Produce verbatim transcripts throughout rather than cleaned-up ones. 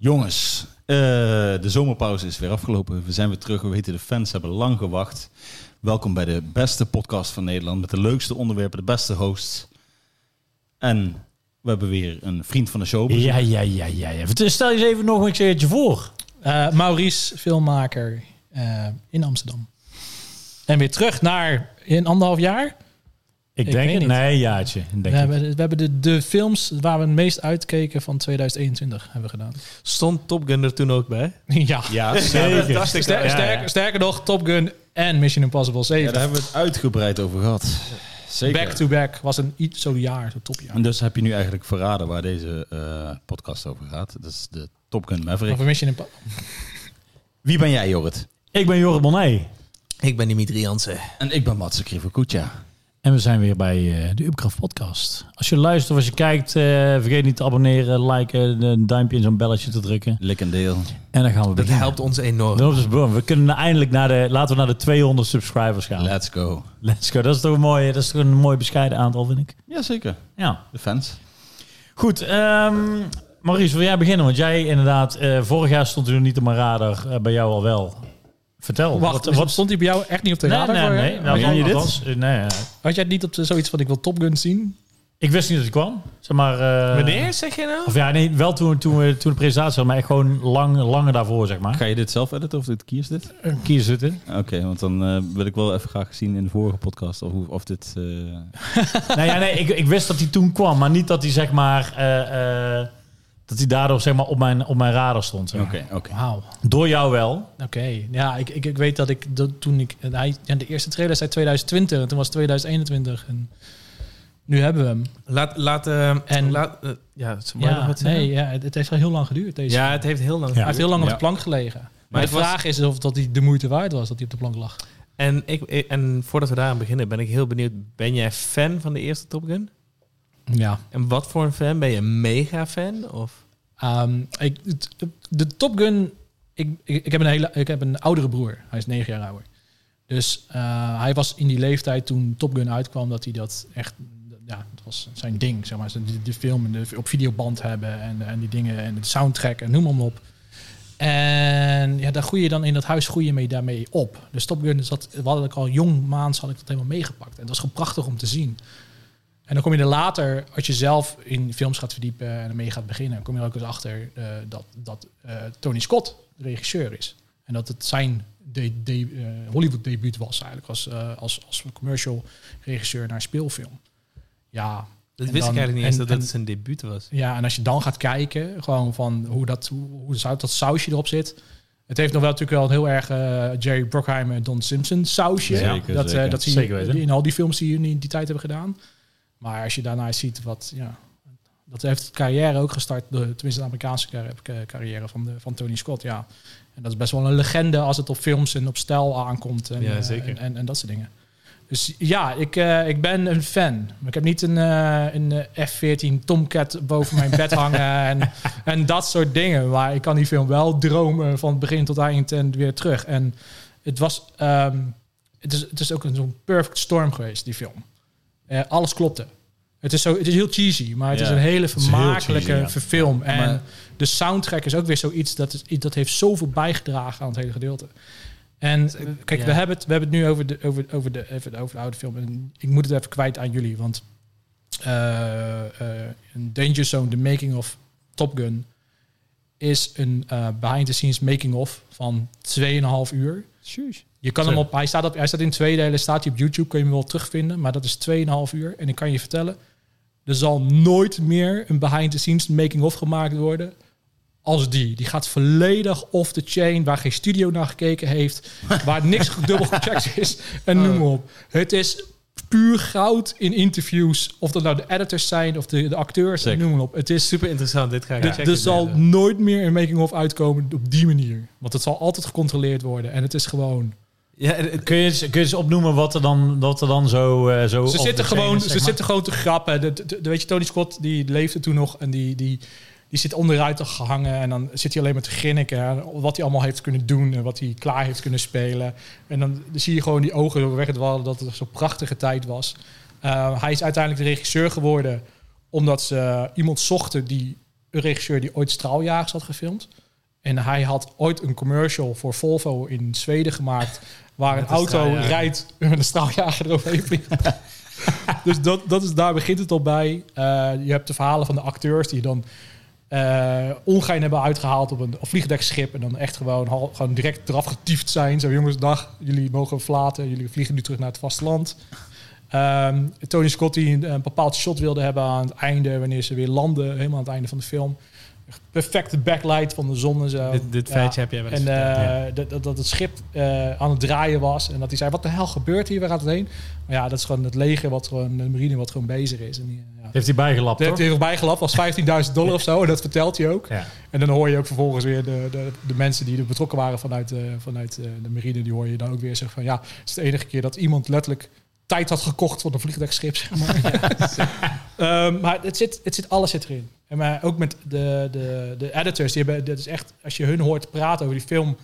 Jongens, uh, de zomerpauze is weer afgelopen. We zijn weer terug. We weten, de fans hebben lang gewacht. Welkom bij de beste podcast van Nederland. Met de leukste onderwerpen, de beste hosts. En we hebben weer een vriend van de show. Ja, ja, ja, ja, ja. Stel je eens even nog een keertje voor. Uh, Maurice, filmmaker uh, in Amsterdam. En weer terug naar in anderhalf jaar. Ik, ik denk het. Nee, een jaartje. Denk we, ik. Hebben, we hebben de, de films waar we het meest uitkeken van tweeduizend eenentwintig hebben we gedaan. Stond Top Gun er toen ook bij? Ja, ja zeker. Ster, ster, sterker, sterker nog, Top Gun en Mission Impossible zeven. Ja, daar hebben we het uitgebreid over gehad. Zeker. Back to back was een iets zo'n jaar, zo'n topjaar. En dus heb je nu eigenlijk verraden waar deze uh, podcast over gaat. Dat is de Top Gun Maverick. Over Mission Impossible. Wie ben jij, Jorrit? Ik ben Jorrit Bonnet. Ik ben Dimitri Jansen. En ik ben Matze Krivokucha. En we zijn weer bij uh, de Upcraft podcast. Als je luistert of als je kijkt, uh, vergeet niet te abonneren, liken, een duimpje en zo'n belletje te drukken. Lik en deel. En dan gaan we Dat beginnen. helpt ons enorm. Dat is boom. We kunnen eindelijk naar de, laten we naar de tweehonderd subscribers gaan. Let's go. Let's go. Dat is toch een mooi, dat is toch een mooi bescheiden aantal, vind ik. Jazeker. Ja. De fans. Goed. Um, Maurice, wil jij beginnen? Want jij inderdaad, uh, vorig jaar stond u nog niet op mijn radar, uh, bij jou al wel. Vertel. Wacht, wat, wat stond hij bij jou echt niet op de nee, radar? Nee, voor nee. je? Nou, ken je dit? Althans, nee, nee. Had jij niet op de, zoiets van ik wil Top Gun zien? Ik wist niet dat hij kwam. Zeg maar, uh, Wanneer, zeg je nou? Of ja, nee, wel toen, toen, we, toen de presentatie hadden, maar echt gewoon lang, langer daarvoor, zeg maar. Ga je dit zelf editen of dit kies dit? Uh, Kies zitten. Oké, okay, want dan uh, wil ik wel even graag zien in de vorige podcast of, of dit... Uh... nou ja, nee, ik, ik wist dat hij toen kwam, maar niet dat hij zeg maar... Uh, uh, dat hij daardoor zeg maar op mijn, op mijn radar stond. Oké, oké. Okay. Wauw. Door jou wel. Oké. Okay. Ja, ik, ik, ik weet dat ik dat toen ik... Hij, ja, de eerste trailer zei tweeduizend twintig en toen was het tweeduizend eenentwintig. En nu hebben we hem. Laat... laat uh, en, laat uh, ja, ja, wat nee, ja, het, het heeft wel heel lang geduurd. Deze ja, het heeft heel lang ja. Hij heeft heel lang ja. op de plank gelegen. Maar, maar de vraag was, is of dat hij de moeite waard was dat hij op de plank lag. En, ik, en voordat we daar aan beginnen, ben ik heel benieuwd. Ben jij fan van de eerste Top Gun? Ja. En wat voor een fan? Ben je een mega fan? Of... Um, ik, de Top Gun... Ik, ik, ik, heb een hele, ik heb een oudere broer. Hij is negen jaar ouder. Dus uh, hij was in die leeftijd toen Top Gun uitkwam... dat hij dat echt... Ja, dat was zijn ding, zeg maar. De, de film en de, op videoband hebben en, en die dingen... en de soundtrack en noem maar op. En ja, daar groei je dan in dat huis groei je mee daarmee op. Dus Top Gun, zat, wat ik al jong maand had ik dat helemaal meegepakt. En dat was gewoon prachtig om te zien. En dan kom je er later, als je zelf in films gaat verdiepen en ermee gaat beginnen, kom je er ook eens achter uh, dat, dat uh, Tony Scott de regisseur is. En dat het zijn de, de, uh, Hollywood debuut was eigenlijk, als, uh, als, als commercial regisseur naar speelfilm. Ja. Dat wist dan, ik eigenlijk niet en, eens dat en, het zijn debuut was. Ja, en als je dan gaat kijken, gewoon van hoe dat, hoe, hoe dat sausje erop zit. Het heeft nog wel natuurlijk wel een heel erg uh, Jerry Bruckheimer en Don Simpson sausje. Zeker, dat, zeker. Uh, dat zie zeker je in al die films die jullie in die tijd hebben gedaan. Maar als je daarna ziet wat, ja, dat heeft de carrière ook gestart, de, tenminste de Amerikaanse carrière van, de, van Tony Scott, ja. En dat is best wel een legende als het op films en op stijl aankomt en, ja, zeker. en, en, en dat soort dingen. Dus ja, ik, uh, ik ben een fan. Maar ik heb niet een, uh, een F veertien Tomcat boven mijn bed hangen en, en dat soort dingen. Maar ik kan die film wel dromen van het begin tot eind en weer terug. En het was, um, het is, het is ook een zo'n perfect storm geweest, die film. Uh, alles klopte. Het is, zo, het is heel cheesy, maar het ja, is een hele vermakelijke cheesy, ja. film. En maar, de soundtrack is ook weer zoiets dat, is, dat heeft zoveel bijgedragen aan het hele gedeelte. En kijk, ja. we, hebben het, we hebben het nu over de, over, over, de, over, de, over de oude film. En ik moet het even kwijt aan jullie, want uh, uh, een Danger Zone, The Making of Top Gun, is een uh, behind-the-scenes making-of van twee en een half uur. Shush. Je kan Zo. hem op, hij staat op, hij staat in twee delen, staat hij op YouTube, kun je hem wel terugvinden, maar dat is twee en een half uur. En ik kan je vertellen, er zal nooit meer een behind-the-scenes making-of gemaakt worden als die. Die gaat volledig off the chain, waar geen studio naar gekeken heeft, waar niks dubbel gecheckt is en noem maar op. Het is puur goud in interviews, of dat nou de editors zijn of de, de acteurs, en noem maar op. Het is super interessant, dit ga ik ja. checken. Er zal even. nooit meer een making-of uitkomen op die manier. Want het zal altijd gecontroleerd worden en het is gewoon... Ja, kun je eens, kun je eens opnoemen wat er dan, wat er dan zo... Uh, zo ze zitten gewoon, is, ze zitten gewoon te grappen. De, de, de, weet je, Tony Scott, die leefde toen nog en die, die, die zit onderuit te gehangen en dan zit hij alleen maar te grinniken. Wat hij allemaal heeft kunnen doen en wat hij klaar heeft kunnen spelen. En dan, dan zie je gewoon die ogen wegdwalen dat het zo'n prachtige tijd was. Uh, hij is uiteindelijk de regisseur geworden omdat ze iemand zochten die een regisseur die ooit Straaljagers had gefilmd. En hij had ooit een commercial voor Volvo in Zweden gemaakt... waar Met een een auto straaljager. rijdt met een straaljager eroverheen vliegt. Dus dat, dat is, daar begint het al bij. Uh, je hebt de verhalen van de acteurs die dan uh, ongein hebben uitgehaald op een vliegdekschip... en dan echt gewoon, hal, gewoon direct eraf getiefd zijn. Zo, jongens, dag, jullie mogen verlaten. Jullie vliegen nu terug naar het vasteland. Um, Tony Scott die een, een bepaald shot wilde hebben aan het einde... wanneer ze weer landen, helemaal aan het einde van de film... Perfecte backlight van de zon en zo. Dit, dit feitje heb jij wel eens En verteld. uh, dat, dat, dat het schip uh, aan het draaien was. En dat hij zei, wat de hel gebeurt hier? Waar gaat het heen? Maar ja, dat is gewoon het leger, wat gewoon, de marine wat gewoon bezig is. En die, ja. Heeft hij bijgelapt, Dat hoor? heeft hij bijgelapt, was vijftienduizend dollar of zo. En dat vertelt hij ook. Ja. En dan hoor je ook vervolgens weer de, de, de mensen die er betrokken waren vanuit, uh, vanuit uh, de marine. Die hoor je dan ook weer zeggen van, ja, het is de enige keer dat iemand letterlijk tijd had gekocht voor een vliegdekschip, zeg maar. um, maar het zit, het zit, alles zit erin. En maar ook met de, de, de editors, die hebben, dat is echt, als je hun hoort praten over die film,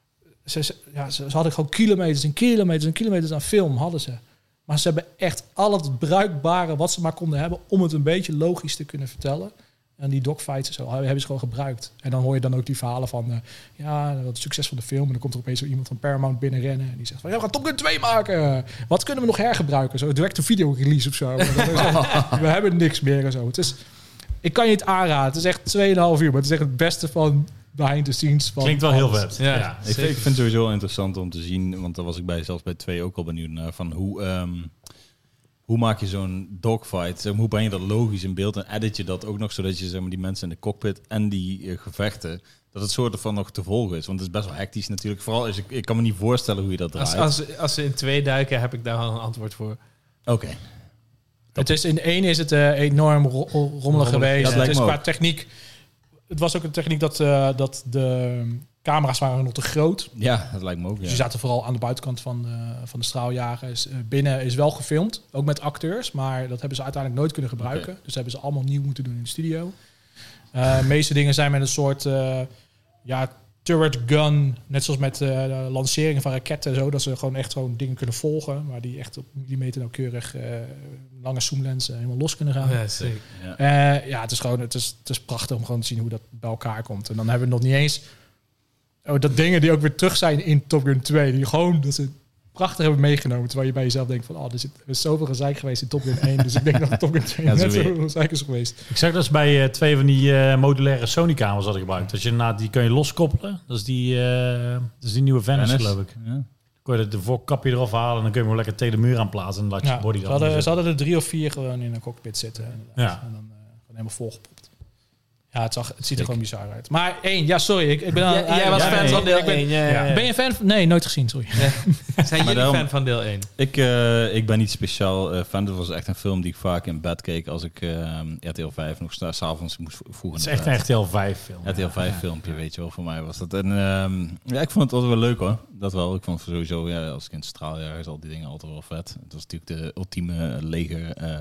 ze, ze, ja, ze, ze hadden gewoon kilometers en kilometers en kilometers aan film, hadden ze. Maar ze hebben echt al het bruikbare wat ze maar konden hebben om het een beetje logisch te kunnen vertellen. En die dogfights en zo hebben ze gewoon gebruikt. En dan hoor je dan ook die verhalen van... Uh, ja, wat succes van de film. En dan komt er opeens zo iemand van Paramount binnenrennen. En die zegt van... ja, we gaan Top Gun twee maken. Wat kunnen we nog hergebruiken? Zo direct-to-video release of zo. We hebben niks meer en zo. Het is, ik kan je het aanraden. Het is echt tweeënhalf uur. Maar het is echt het beste van behind the scenes. Van Klinkt wel heel alles. vet. Ja, Ja. Ik, vind- ik vind het sowieso interessant om te zien, want daar was ik bij zelfs bij twee ook al benieuwd naar, van hoe, um, hoe maak je zo'n dogfight, zeg maar, hoe breng je dat logisch in beeld en edit je dat ook nog zodat je, zeg maar, die mensen in de cockpit en die uh, gevechten, dat het soort van nog te volgen is, want het is best wel hectisch natuurlijk. Vooral is ik, ik kan me niet voorstellen hoe je dat draait. Als, als, als ze in twee duiken, heb ik daar al een antwoord voor. Oké. Het is, in één is het uh, enorm ro- rommelig geweest. dat Het lijkt is me qua ook. techniek... Het was ook een techniek dat, uh, dat de camera's waren nog te groot. Ja, dat lijkt me ook. Dus Ja. die zaten vooral aan de buitenkant van de, van de straaljagers. Uh, binnen is wel gefilmd, ook met acteurs. Maar dat hebben ze uiteindelijk nooit kunnen gebruiken. Okay. Dus hebben ze allemaal nieuw moeten doen in de studio. Uh, de meeste dingen zijn met een soort... Uh, ja, turret gun. Net zoals met uh, de lanceringen van raketten. Zo, dat ze gewoon echt gewoon dingen kunnen volgen. Maar die echt op millimeter nauwkeurig... Uh, lange zoomlenzen helemaal los kunnen gaan. Oh, ja, zeker. Ja. Uh, ja, het is gewoon het is, het is prachtig om gewoon te zien hoe dat bij elkaar komt. En dan hebben we nog niet eens... Oh, dat dingen die ook weer terug zijn in Top Gun twee. Die gewoon dat ze prachtig hebben meegenomen. Terwijl je bij jezelf denkt van... Oh, er, zit, er is zoveel gezeik geweest in Top Gun één. Dus ik denk dat Top Gun twee Ja, net zo weer. zoveel gezeik is geweest. Ik zag dat ze bij uh, twee van die uh, modulaire Sony-kamers hadden gebruikt. Dus je, nou, die kun je loskoppelen. Dat is die, uh, dat is die nieuwe Venice, Venice. geloof ik. Ja. Kun je de voorkapje eraf halen en dan kun je hem lekker tegen de muur aan plaatsen. En dan laat je Ja, body ze, dan hadden, ze zitten. hadden er drie of vier gewoon in een cockpit zitten. inderdaad. Ja. En dan uh, gewoon helemaal volgepropt. Ja, het, zag, het ziet er gewoon bizar uit. Maar één, ja, sorry. Ik, ik ben al, Ja, jij was ja, fan nee, van deel ik ben- één. Ja, ja, ja. Ben je een fan van... Nee, nooit gezien, sorry. Zijn jullie Maar daarom- fan van deel één? Ik, uh, ik ben niet speciaal uh, fan. Het was echt een film die ik vaak in bed keek als ik uh, R T L vijf nog sta- 's avonds moest vo- vroeg Het in is de echt bed. een R T L vijf film. R T L vijf filmpje, weet je wel, voor mij was dat. En um, ja, ik vond het altijd wel leuk hoor. Dat wel. Ik vond het sowieso, ja, als kind straaljagers, al die dingen altijd wel vet. Het was natuurlijk de ultieme leger uh,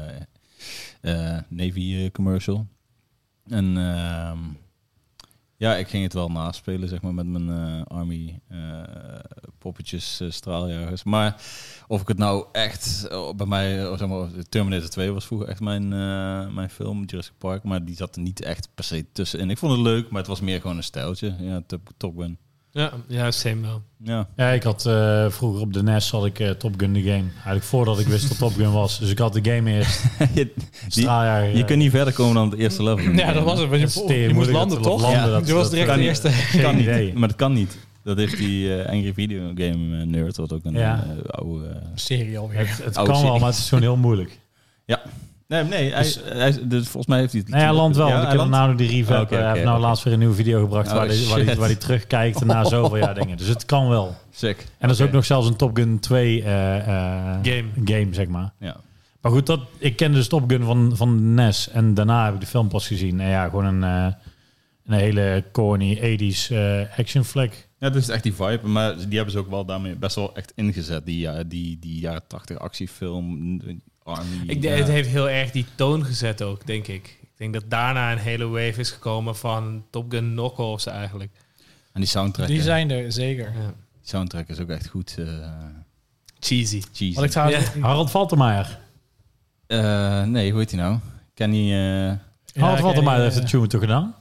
uh, Navy uh, commercial. En um, ja, ik ging het wel naspelen, zeg maar, met mijn uh, Army uh, poppetjes uh, straaljagers. Maar of ik het nou echt, uh, bij mij, uh, zeg maar, Terminator twee was vroeger echt mijn, uh, mijn film, Jurassic Park. Maar die zat er niet echt per se tussenin. Ik vond het leuk, maar het was meer gewoon een stijltje. Ja, Top, Top Gun. Ja, ja, same wel. Ja. Ja, ik had uh, vroeger op de N E S had ik uh, Top Gun de game. Eigenlijk voordat ik wist dat Top Gun was. Dus ik had de game eerst. je, Straaljager. je kunt niet verder komen dan het eerste level. Ja, dat was het. Want Dat is je, tegen je moest moeilijk landen, dat- toch? dat landen, Ja, dat- je was dat direct kan de niet. eerste. Geen kan idee. niet. Maar dat kan niet. Dat heeft die uh, Angry Video Game uh, nerd, wat ook een Ja. uh, oude... Uh, Serie alweer. Het, het Oude kan wel, serie. maar het is gewoon heel moeilijk. Nee, nee hij, Dus- hij, dus volgens mij heeft hij het... Nou ja, land wel. Ja, want ik hij heb landt. nou nog die revamp. Oh, oké, Hij oké, heeft nou oké. laatst weer een nieuwe video gebracht Oh, waar hij waar die, shit. waar die terugkijkt na zoveel jaar dingen. Dus het kan wel. Sick. En dat is ook Oké. nog zelfs een Top Gun twee uh, uh, Game. game, zeg maar. Ja. Maar goed, dat, ik ken dus Top Gun van, van de N E S. En daarna heb ik de film pas gezien. En ja, gewoon een, uh, een hele corny eighties uh, action flick. Ja, dat is echt die vibe. Maar die hebben ze ook wel daarmee best wel echt ingezet. Die, uh, die, die jaren tachtig actiefilm, Army. Ik denk, ja. het heeft heel erg die toon gezet ook, denk ik. Ik denk dat daarna een hele wave is gekomen van Top Gun knock-offs eigenlijk. En die soundtrack. Die hè. zijn er, zeker. Ja. Die soundtrack is ook echt goed. Uh, Cheesy. cheesy. Wat ik trouwens... Ja. Harold Faltermeyer. Uh, nee, hoe heet die nou? Kenny... Uh, Harold Ja, Faltermeyer ken- heeft de tune toch gedaan?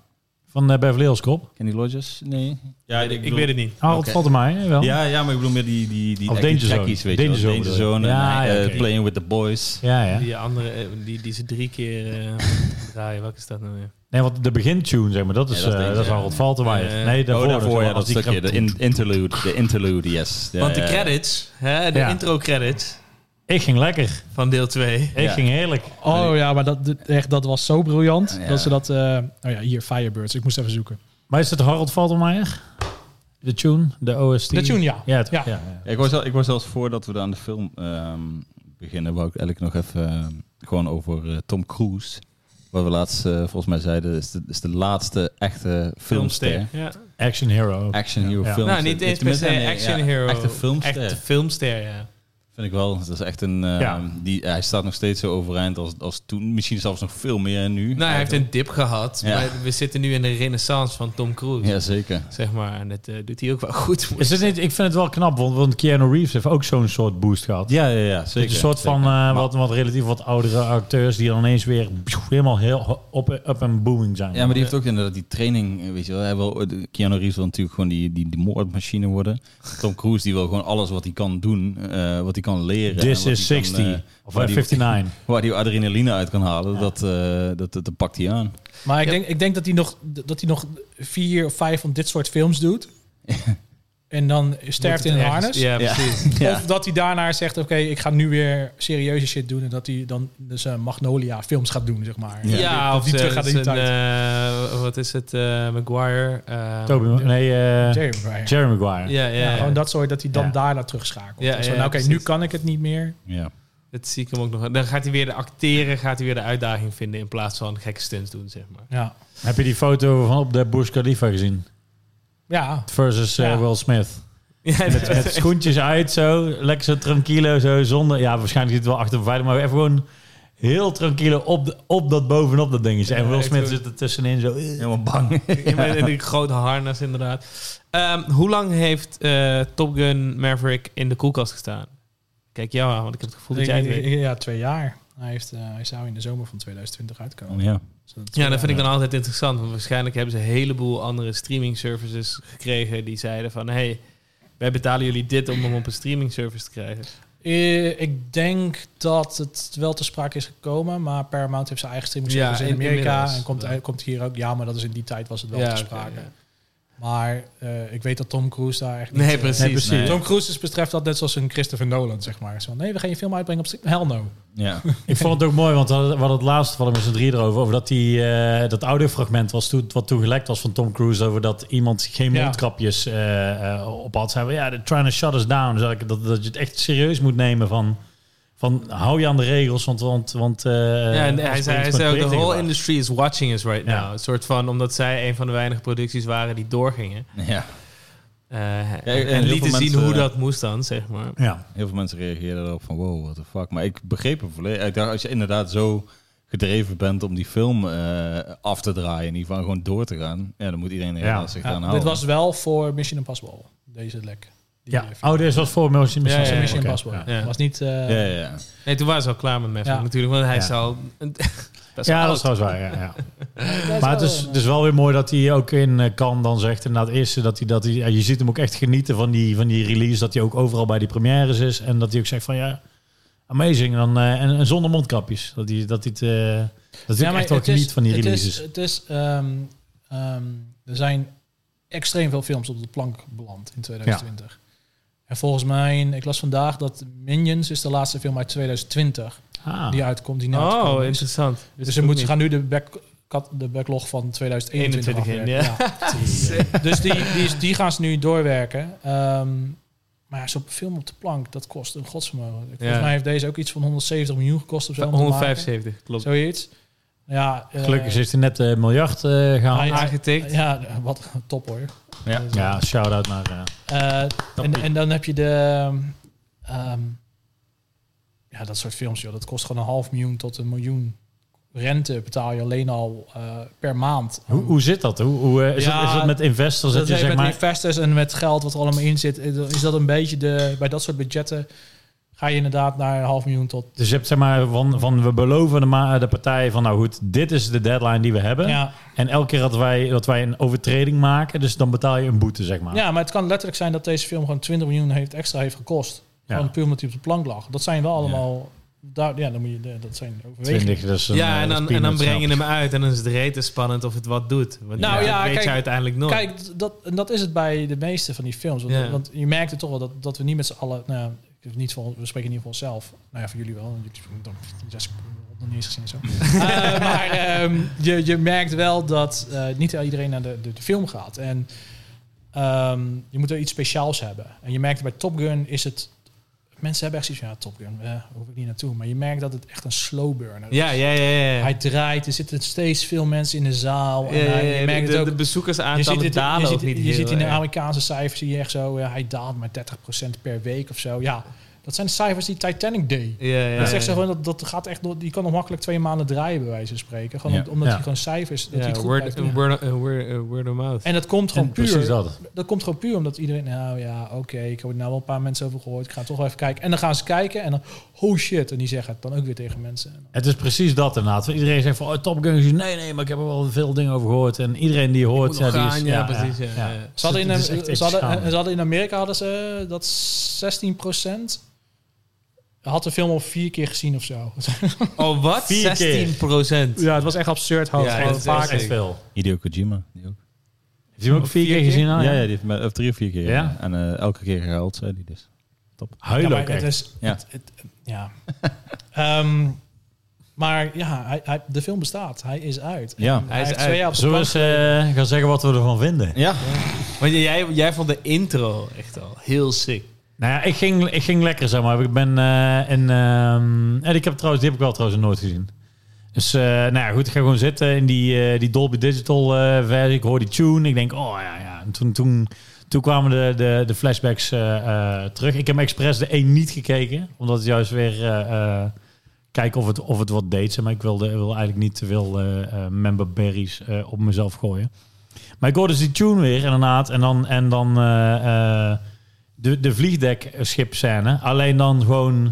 Van uh, Beverly Hills Cop. Kenny Rogers? Nee. Ja, ik, ik weet het niet. Harold Oké. Faltermeyer, wel. Ja, ja, maar ik bedoel meer die, die, die Of echte Danger Zone. trackies, weet Danger je wel. Zone Danger bedoel je. Zone Ja, en ja, uh, oké. Playing with the Boys. Ja, ja. Die andere, eh, die, die ze drie keer uh, draaien. Welke is dat nou weer? Nee, want de begintune, zeg maar, dat is, Ja, dat is uh, Danger dat is Zone. Harold Faltermeyer. Uh, nee, daarvoor, Oh, daarvoor, ja, als dat die stukje. De in, interlude, de interlude, yes. Ja, Want de ja. credits, hè, de Ja. intro credits Ik ging lekker. van deel twee. Ik Ja. ging heerlijk. Oh ja, maar dat, dit- echt, dat was zo briljant. Ja. Dat ze dat... eh oh ja, hier, Firebirds. Ik moest even zoeken. Maar is het Harold Faltermeyer? De tune, de O S T? De tune, ja. Ja, het, ja. Ja. ja, Ja, ik, was al, ik was zelfs voordat we aan de film ehm, beginnen, wou ik eigenlijk nog even eh, gewoon over eh, Tom Cruise. Wat we laatst eh, volgens mij zeiden, is de, is de laatste echte filmster. Ja. Action hero. Action hero Ja. filmster. Nou, niet eens per Tenminste, se nee, action ja, hero. Echte filmster. Echte filmster, ja. Vind ik wel. Dat is echt een... eh, Ja. die, hij staat nog steeds zo overeind als, als toen. Misschien zelfs nog veel meer nu. Nou, hij heeft een dip gehad. Ja. Maar we zitten nu in de renaissance van Tom Cruise. Ja, zeker. Zeg maar. En dat eh, doet hij ook wel goed. Is het niet, ik vind het wel knap, want, want Keanu Reeves heeft ook zo'n soort boost gehad. Ja, ja, ja, Het zeker. is een soort van zeker. uh, Maar- wat, wat relatief wat oudere acteurs die dan ineens weer pjoe, helemaal heel op, up en booming zijn. Ja, maar die heeft ook inderdaad die training, eh, weet je wel. Hij wil, de- Keanu Reeves wil natuurlijk gewoon die, die, die moordmachine worden. Tom Cruise die wil gewoon alles wat hij kan doen, eh, wat hij kan leren. en This wat is hij kan, zestig. eh, Of waar uh, die- vijfenvijftig. Waar hij adrenaline uit kan halen, dat, eh, dat, dat, dat pakt hij aan. Maar ik, Ja. denk, ik denk dat hij nog, dat hij nog vier of vijf van dit soort films doet. En dan sterft in een Ergens- harnas. Ja, Ja. precies. Ja. Of dat hij daarna zegt, oké, ik ga nu weer serieuze shit doen. En dat hij dan dus uh, Magnolia films gaat doen, zeg maar. Ja. Ja, dat of hij terug gaat in die zijn, tijd. eh, wat is het? eh, Maguire. eh, Toby, nee, uh, Jerry Maguire. Jerry Maguire. Ja, ja, Ja, ja. gewoon dat soort, dat hij dan Ja. daarna terugschakelt. Ja, En zo, ja, nou, oké, nu precies. kan ik het niet meer. Ja. Dat zie ik hem ook nog. Dan gaat hij weer de acteren, gaat hij weer de uitdaging vinden in plaats van gekke stunts doen, zeg maar. Ja, Heb je die foto van op de Burj Khalifa gezien? ja. Versus uh, Ja. Will Smith. Ja, Met, met schoentjes uit, zo. Lekker zo tranquilo, zo. Zonder, ja, waarschijnlijk zit het wel achter veilig, maar even gewoon heel tranquilo op, de, op dat bovenop dat dingetje. En Ja, Will echt Smith zo. zit er tussenin, zo. Helemaal bang. in met in die grote harnas, inderdaad. Ehm, hoe lang heeft eh, Top Gun Maverick in de koelkast gestaan? Kijk jou aan, want ik heb het gevoel dat jij het weet. Ja, twee jaar. Hij, heeft, uh, hij zou in de zomer van tweeduizend twintig uitkomen. Ja. Dus dat Ja, dat vind ik dan altijd interessant. Want waarschijnlijk hebben ze een heleboel andere streaming services gekregen die zeiden van... hey, wij betalen jullie dit om hem op een streaming service te krijgen. Uh, ik denk dat het wel te sprake is gekomen, maar Paramount heeft zijn eigen streaming service Ja, in in- Amerika. inmiddels. En komt, Ja. hij komt hier ook. Ja, maar dat is in die tijd was het wel Ja, te oké, sprake. ja. Maar uh, ik weet dat Tom Cruise daar echt niet... Nee, uh, precies. Nee, precies. Nee. Tom Cruise is betreft dat net zoals een Christopher Nolan, zeg maar. Zo, nee, we gaan je film uitbrengen op stream. Hell no. Ja. Ik vond het ook mooi, want we hadden we hadden het laatst van met z'n drie erover. Over dat die, uh, dat audiofragment was toen, wat toen gelekt was van Tom Cruise. Over dat iemand geen Ja. mondkapjes uh, uh, op had. Zeiden we, ja, they're trying to shut us down. Dus dat, dat, dat je het echt serieus moet nemen van... Van hou je aan de regels, want... want, want uh, Ja, en hij zei, hij zei ook, the whole industry. industry is watching us right Ja. now. Een soort van, omdat zij een van de weinige producties waren die doorgingen. Ja. Uh, en en heel lieten veel zien mensen- hoe dat moest dan, zeg maar. Ja, Heel veel mensen reageerden erop van wow, what the fuck. Maar ik begreep het volledig. Ik dacht, als je inderdaad zo gedreven bent om die film eh, af te draaien, in ieder geval gewoon door te gaan, ja, dan moet iedereen er Ja. zich Ja, aan dit houden. was wel voor Mission Impossible, deze lek. Die, ja. eh, film. Oh, dit was voor Mission Ja, ja, ja. Mission Oké, Impossible. ja. Ja. Was niet... uh, ja, ja, ja. Nee, toen waren ze al klaar met Maverick Ja. natuurlijk, want hij Ja. is al best Ja, wel dat is oud. trouwens waar. Ja, ja. dat is Maar het wel, is, uh, het is wel weer mooi dat hij ook in uh, Cannes dan zegt. En na het eerste dat hij dat hij, ja, je ziet hem ook echt genieten van die, van die release. Dat hij ook overal bij die premières is. En dat hij ook zegt van ja, amazing. Dan, uh, en, en zonder mondkapjes. Dat hij, dat hij het, uh, dat hij Ja, maar echt wel het is- geniet van die het releases. Is, het is, um, um, er zijn extreem veel films op de plank beland in tweeduizend twintig. En volgens mij, ik las vandaag dat Minions is de laatste film uit tweeduizend twintig ah. die uitkomt. Die nu uitkomt. Oh, Dus- interessant. Dus ze moeten, gaan nu de, back, kat- de backlog van tweeduizend eenentwintig eenentwintig in, afwerken. Ja. Dus die, die, die gaan ze nu doorwerken. Um, maar ja, zo'n film op de plank, dat kost een godsvermogen. Volgens Ja. mij heeft deze ook iets van honderdzeventig miljoen gekost of zo. om te maken. honderdvijfenzeventig, klopt. Zoiets. Ja, uh, Gelukkig heeft hij net de miljard uh, gehaald. Ah, ja. Aangetikt. Ja, wat top hoor. Ja. Dus, Ja, shout-out naar... Uh, Uh, en, en dan heb je de... Um, ja, dat soort films, joh. Dat kost gewoon een half miljoen tot een miljoen rente betaal je alleen al uh, per maand. hoe, hoe zit dat? Hoe, hoe, uh, is, Ja, dat, is dat met investors? Dat, Dat je is zeg met maar... investors en met geld wat er allemaal in zit. Is dat een beetje de... Bij dat soort budgetten ga je inderdaad naar een half miljoen tot... Dus je hebt zeg maar van, van we beloven de, ma- de partij van nou goed, dit is de deadline die we hebben. Ja. En elke keer dat wij, dat wij een overtreding maken, dus dan betaal je een boete, zeg maar. Ja, maar het kan letterlijk zijn dat deze film gewoon twintig miljoen heeft, extra heeft gekost. Ja. Gewoon puur omdat hij op de plank lag. Dat zijn wel allemaal... Daar, ja, dan moet je... Dat zijn overwegingen. twintig, dus een, Ja, eh, en dat dan, is en dan peanuts, breng je snap hem uit en dan is het rete spannend of het wat doet. Want Nou ja, ja, dat weet kijk- je uiteindelijk nooit. Kijk, dat, en dat is het bij de meeste van die films. Want, Ja. want je merkte toch wel dat, dat we niet met z'n allen... Nou, ja, ik- niet voor, we spreken niet voor onszelf. Nou ja, voor jullie wel. want Jullie hebben zes nog niet eens gezien en zo. uh, maar um, je, je merkt wel dat uh, niet iedereen naar de, de, de film gaat. En um, je moet er iets speciaals hebben. En je merkt bij Top Gun is het... Mensen hebben echt zoiets van, ja, Top Gun, eh, hoef ik niet naartoe. Maar je merkt dat het echt een slow burner is. Ja, ja, ja. ja. Hij draait, er zitten steeds veel mensen in de zaal. En Ja, ja, hij, ja, je merkt de, het ook... de Je bezoekersaantallen ziet, het, dalen je, ook ziet, niet je heel ziet in de erg. Amerikaanse cijfers zie je echt zo... Ja, hij daalt maar dertig procent per week of zo. Ja, dat zijn de cijfers die Titanic deed. Ja, ja, dat is echt ja. zo, dat, dat gaat echt door, die kan nog makkelijk twee maanden draaien, bij wijze van spreken. Gewoon Ja. om- omdat Ja. hij gewoon cijfers... Dat hij Ja, het goed word, blijft doen. word, uh, word, uh, word of mouth. En dat komt gewoon En puur... precies dat. Dat komt gewoon puur omdat iedereen... Nou ja, oké, okay, ik heb er nou wel een paar mensen over gehoord. Ik ga toch wel even kijken. En dan gaan ze kijken en dan... Oh shit. En die zeggen het dan ook weer tegen mensen. Het is precies dat inderdaad. Iedereen zegt van oh, Top Gun. Nee, nee, maar ik heb er wel veel dingen over gehoord. En iedereen die hoort... Ik moet nog die gaan, is, ja, precies, ja, ja. Ze hadden, in, Het is echt- echt ze, hadden, schande. ze hadden in Amerika hadden ze dat zestien procent had de film al vier keer gezien of zo. Oh, wat? Vier keer. zestien procent. Ja, het was echt absurd hoog. Ja, Gewoon dat is vaak echt echt veel. Hideo Kojima. Die ook. Heb je hem ook vier, Vier keer keer? gezien? al? ja, ja, die heeft met, of drie of vier keer. Ja? Ja. En uh, elke keer gehuild, zei hij dus. Ja, Huilen maar ook het echt. is, Ja. het- het- ja. Ehm, maar ja, hij, hij, de film bestaat. Hij is uit. Ja. En Hij is heeft uit. twee jaar op de Zullen we plank eens eh, gaan zeggen wat we ervan vinden? Ja. Want jij, jij vond de intro echt al heel sick. Nou ja, ik ging, ik ging lekker, zeg maar. Ik ben uh, in... ehm, en ik heb trouwens, die heb ik wel trouwens nooit gezien. Dus, uh, nou ja, goed. Ik ga gewoon zitten in die, uh, die Dolby Digital uh, versie. Ik hoor die tune. Ik denk, oh ja, ja. En toen, toen, toen kwamen de, de, de flashbacks uh, uh, terug. Ik heb expres de één niet gekeken. Omdat het juist weer... Uh, uh, kijken of het, of het wat deed. Maar ik wilde, wil eigenlijk niet te veel uh, uh, memberberries uh, op mezelf gooien. Maar ik hoorde dus die tune weer inderdaad. En dan... En dan uh, uh, De, de vliegdekschipscène. Alleen dan gewoon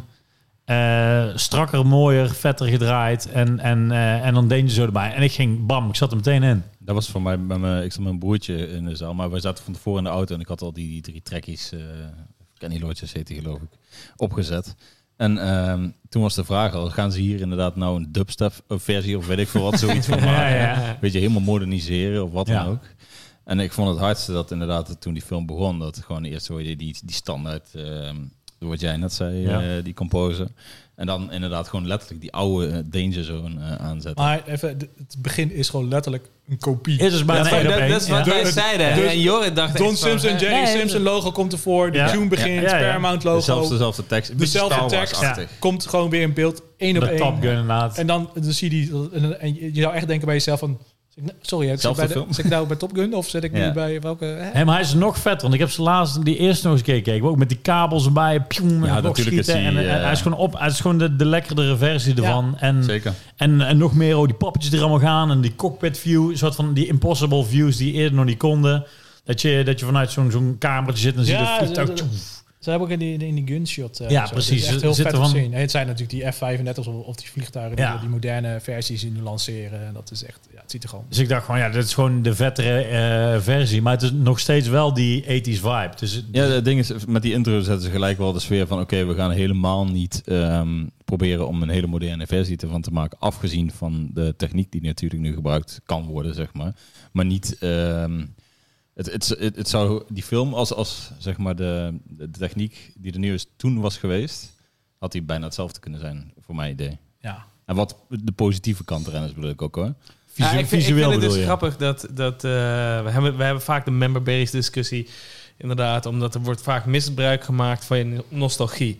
uh, strakker, mooier, vetter gedraaid. En, en, uh, en dan Danger zo erbij. En ik ging, bam, ik zat er meteen in. Dat was voor mij, met mijn, ik zat met mijn broertje in de zaal. Maar wij zaten van tevoren in de auto en ik had al die, die drie trekkies, uh, Kenny Loitjes heet die geloof ik, opgezet. En uh, toen was de vraag al, gaan ze hier inderdaad nou een dubstep versie of weet ik veel wat, zoiets van maken. Ja, ja. Weet je, helemaal moderniseren of wat Ja. dan ook. En ik vond het hardste dat inderdaad toen die film begon, dat gewoon eerst hoor je die, die standaard, uh, wat jij net zei, Ja. uh, die composer. En dan inderdaad gewoon letterlijk die oude uh, Danger Zone uh, aanzetten. Maar even, de- het begin is gewoon letterlijk een kopie. Is dus bijna Dat, één op dat, één. dat is wat Ja. wij Dus- zeiden. dus- en Jorrit dacht Don echt van, Simpson, eh, Jerry nee, Simpson logo komt ervoor. De Ja. tune begint, Ja, ja, ja. Paramount logo. Dezelfde, dezelfde tekst. een beetje Dezelfde Star tekst. Wars-achtig. Komt gewoon weer in beeld. Één op De één. Top Gun inderdaad. En dan, dan zie je die... En, en je zou echt denken bij jezelf van... Sorry, zit ik, Zelfde bij de, film. zit ik nou bij Top Gun of zit ik Ja. nu bij welke... Hè? Hey, maar hij is nog vetter. Want ik heb ze laatst die eerste nog eens gekeken. Ook met die kabels erbij. Pjoem, Ja, en natuurlijk is schieten. hij, En, en eh, hij is gewoon op. Hij is gewoon de, de lekkerdere versie ervan. En, Zeker. en, en nog meer, oh, die poppetjes die er allemaal gaan. En die cockpit view. Een soort van die impossible views die eerder nog niet konden. Dat je, dat je vanuit zo'n zo'n kamertje zit en dan Ja, zie je het vliegtuig. ze- ze- Ze hebben ook in die, in die gunshot. Uh, Ja, zo. precies. Dat is echt heel Zit vet er om te van- zien. Het zijn natuurlijk die F vijfendertig of, of die vliegtuigen, Ja. die, die moderne versies die nu lanceren. En dat is echt, ja, het ziet er gewoon... Dus ik dacht gewoon, ja, dit is gewoon de vettere eh, versie. Maar het is nog steeds wel die tachtig vibe. Dus, Ja, het ding is, met die intro zetten ze gelijk wel de sfeer van... oké, we gaan helemaal niet um, proberen om een hele moderne versie ervan te maken. Afgezien van de techniek die natuurlijk nu gebruikt kan worden, zeg maar. Maar niet... Um, het, het, het, het zou die film als, als zeg maar de, de techniek die er nu is toen was geweest... had die bijna hetzelfde kunnen zijn, voor mijn idee. Ja. En wat de positieve kant erin is, bedoel ik ook hoor. visu- Ja, ik vind, ik visueel vind het bedoel dus je. grappig dat, dat uh, we, hebben, we hebben vaak de memberberries discussie, inderdaad, omdat er wordt vaak misbruik gemaakt van je nostalgie.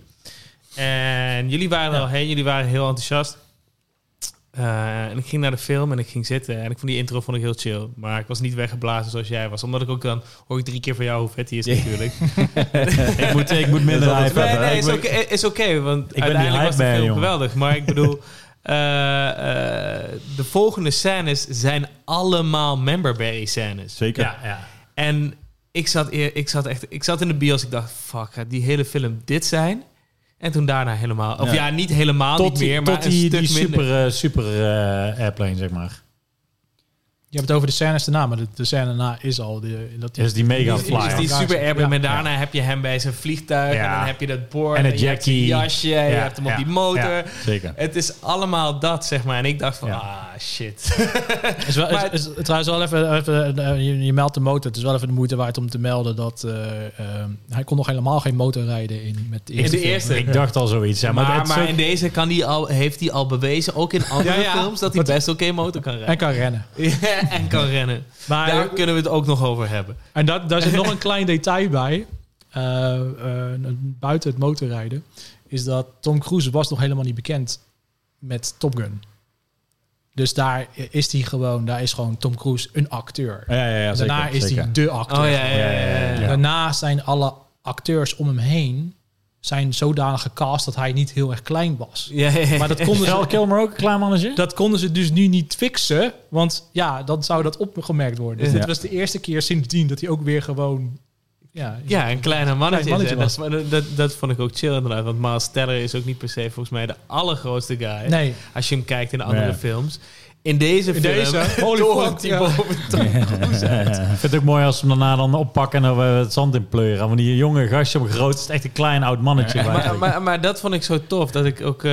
En jullie waren er Ja. al heen, jullie waren heel enthousiast. Uh, en ik ging naar de film en ik ging zitten en ik vond die intro vond ik heel chill. Maar ik was niet weggeblazen zoals jij was. Omdat ik ook dan hoor ik drie keer van jou hoe vet die is natuurlijk. ik, moet, ik moet minder Dat is hype altijd hebben. Nee, nee, Ik is moet- oké, is oké, want die uiteindelijk was de hype man, film jongen. geweldig. Maar ik bedoel, uh, uh, de volgende scènes zijn allemaal memberberry scènes. Zeker. Ja, ja. En ik zat, eer, ik zat echt, ik zat in de bios. Ik dacht, fuck, gaat die hele film dit zijn? En toen daarna helemaal... Of Ja. ja, niet helemaal Tot niet die, meer, maar tot een die, stuk die minder. super, uh, super uh, airplane, zeg maar. Je hebt het over de scènes daarna, maar de, de scène daarna is al... Die, dat die, Is die mega Dus flyer. die super airplane, Ja. maar daarna heb je hem bij zijn vliegtuig Ja. en dan heb je dat bord En het je hebt zijn jackie. jasje, je Ja, hebt hem op ja, die motor. ja. Zeker. Het is allemaal dat, zeg maar. En ik dacht van, Ja. ah, shit. Is wel, Maar- is, is, trouwens wel even, even uh, je, je meldt de motor. Het is wel even de moeite waard om te melden dat uh, uh, hij kon nog helemaal geen motor rijden in met de In eerste. de film. eerste. Ik dacht al zoiets. Ja, maar maar het is maar ook- in deze kan die al, heeft hij al bewezen, ook in andere Ja, ja. films, dat hij best oké motor kan En rijden. kan rennen. Ja, en kan rennen. Maar, Daar kunnen we het ook nog over hebben. en dat, daar zit nog een klein detail bij. Uh, uh, buiten het motorrijden. Is dat Tom Cruise was nog helemaal niet bekend met Top Gun. Dus daar is hij gewoon, daar is gewoon Tom Cruise een acteur. Ja, ja, ja, zeker, Daarna is zeker. hij de acteur. Oh ja, ja, ja. ja, ja. Ja. Daarna zijn alle acteurs om hem heen zijn zodanig gecast dat hij niet heel erg klein was. Ja, ja, ja. Maar dat konden, Val ze, Kilmer ook een klein mannetje? dat konden ze dus nu niet fixen. Want ja, dan zou dat opgemerkt worden. Dus Ja. dit was de eerste keer sindsdien dat hij ook weer gewoon... Ja, Ja, een kleine mannetje. Klein mannetje is. En dat, dat, dat vond ik ook chill inderdaad. Want Miles Teller is ook niet per se volgens mij de allergrootste guy. Nee, Als je hem kijkt in de andere Ja. films. In deze In film deze, holy toont fuck, hij ja. boven Tom Cruise uit. Ik vind het ook mooi als ze hem daarna dan oppakken en er het zand in pleuren. Want die jonge gastje op een groot is echt een klein oud mannetje. Maar, eigenlijk. maar, maar dat vond ik zo tof. Dat ik ook...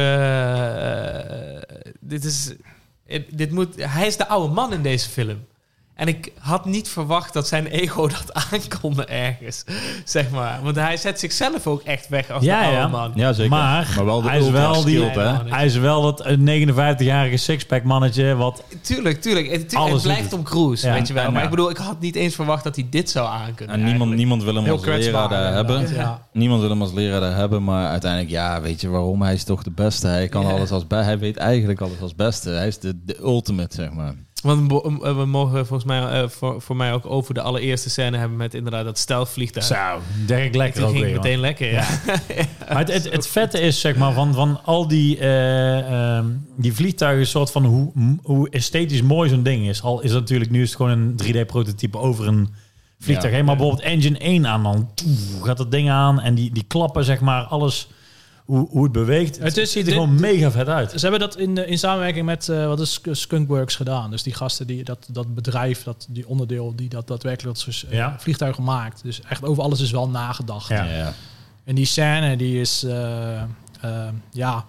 eh, eh, dit is... Dit moet, hij is de oude man in deze film. En ik had niet verwacht dat zijn ego dat aankonde ergens. Zeg maar. Want hij zet zichzelf ook echt weg als Ja, de oude ja. man. Ja, zeker. Maar wel de hij is ultra wel die- skilled, hè? man. Hij is wel dat een negenenvijftigjarige sixpack mannetje wat... Tuurlijk, tuurlijk. Het, het, Alles het blijft doet het. Tom Cruise, Ja. weet je wel. En Maar ja. ik bedoel, ik had niet eens verwacht dat hij dit zou aankunnen. En niemand, eigenlijk. niemand wil hem heel als leraar kwetsbaar. daar hebben. inderdaad, Ja. Niemand wil hem als leraar daar hebben, maar uiteindelijk, ja, weet je waarom? Hij is toch de beste. Hij kan Ja. alles als be- Hij weet eigenlijk alles als beste. Hij is de, de ultimate, zeg maar. Want we, we- we mogen volgens mij uh, voor, voor mij ook over de allereerste scène hebben met inderdaad dat stelvliegtuig. Zo, denk ik lekker Toen ook ging weer. het meteen lekker, ja. Maar het, het, het vette is, zeg maar, van, van al die, eh, ehm, die vliegtuigen, soort van hoe, hoe esthetisch mooi zo'n ding is. Al is het natuurlijk, nu is het gewoon een drie D-prototype over een vliegtuig. Ja. Heen, maar bijvoorbeeld engine één aan, dan toef, gaat dat ding aan en die, die klappen, zeg maar, alles, hoe, hoe het beweegt. Het, Het is- ziet er dit- gewoon mega vet uit. Ze hebben dat in, in samenwerking met uh, wat is Skunkworks gedaan. Dus die gasten, die, dat, dat bedrijf, dat, die onderdeel die dat daadwerkelijk dat soort uh, Ja. vliegtuigen maakt. Dus echt over alles is wel nagedacht. Ja. Ja. En die scène die is uh, uh, ja,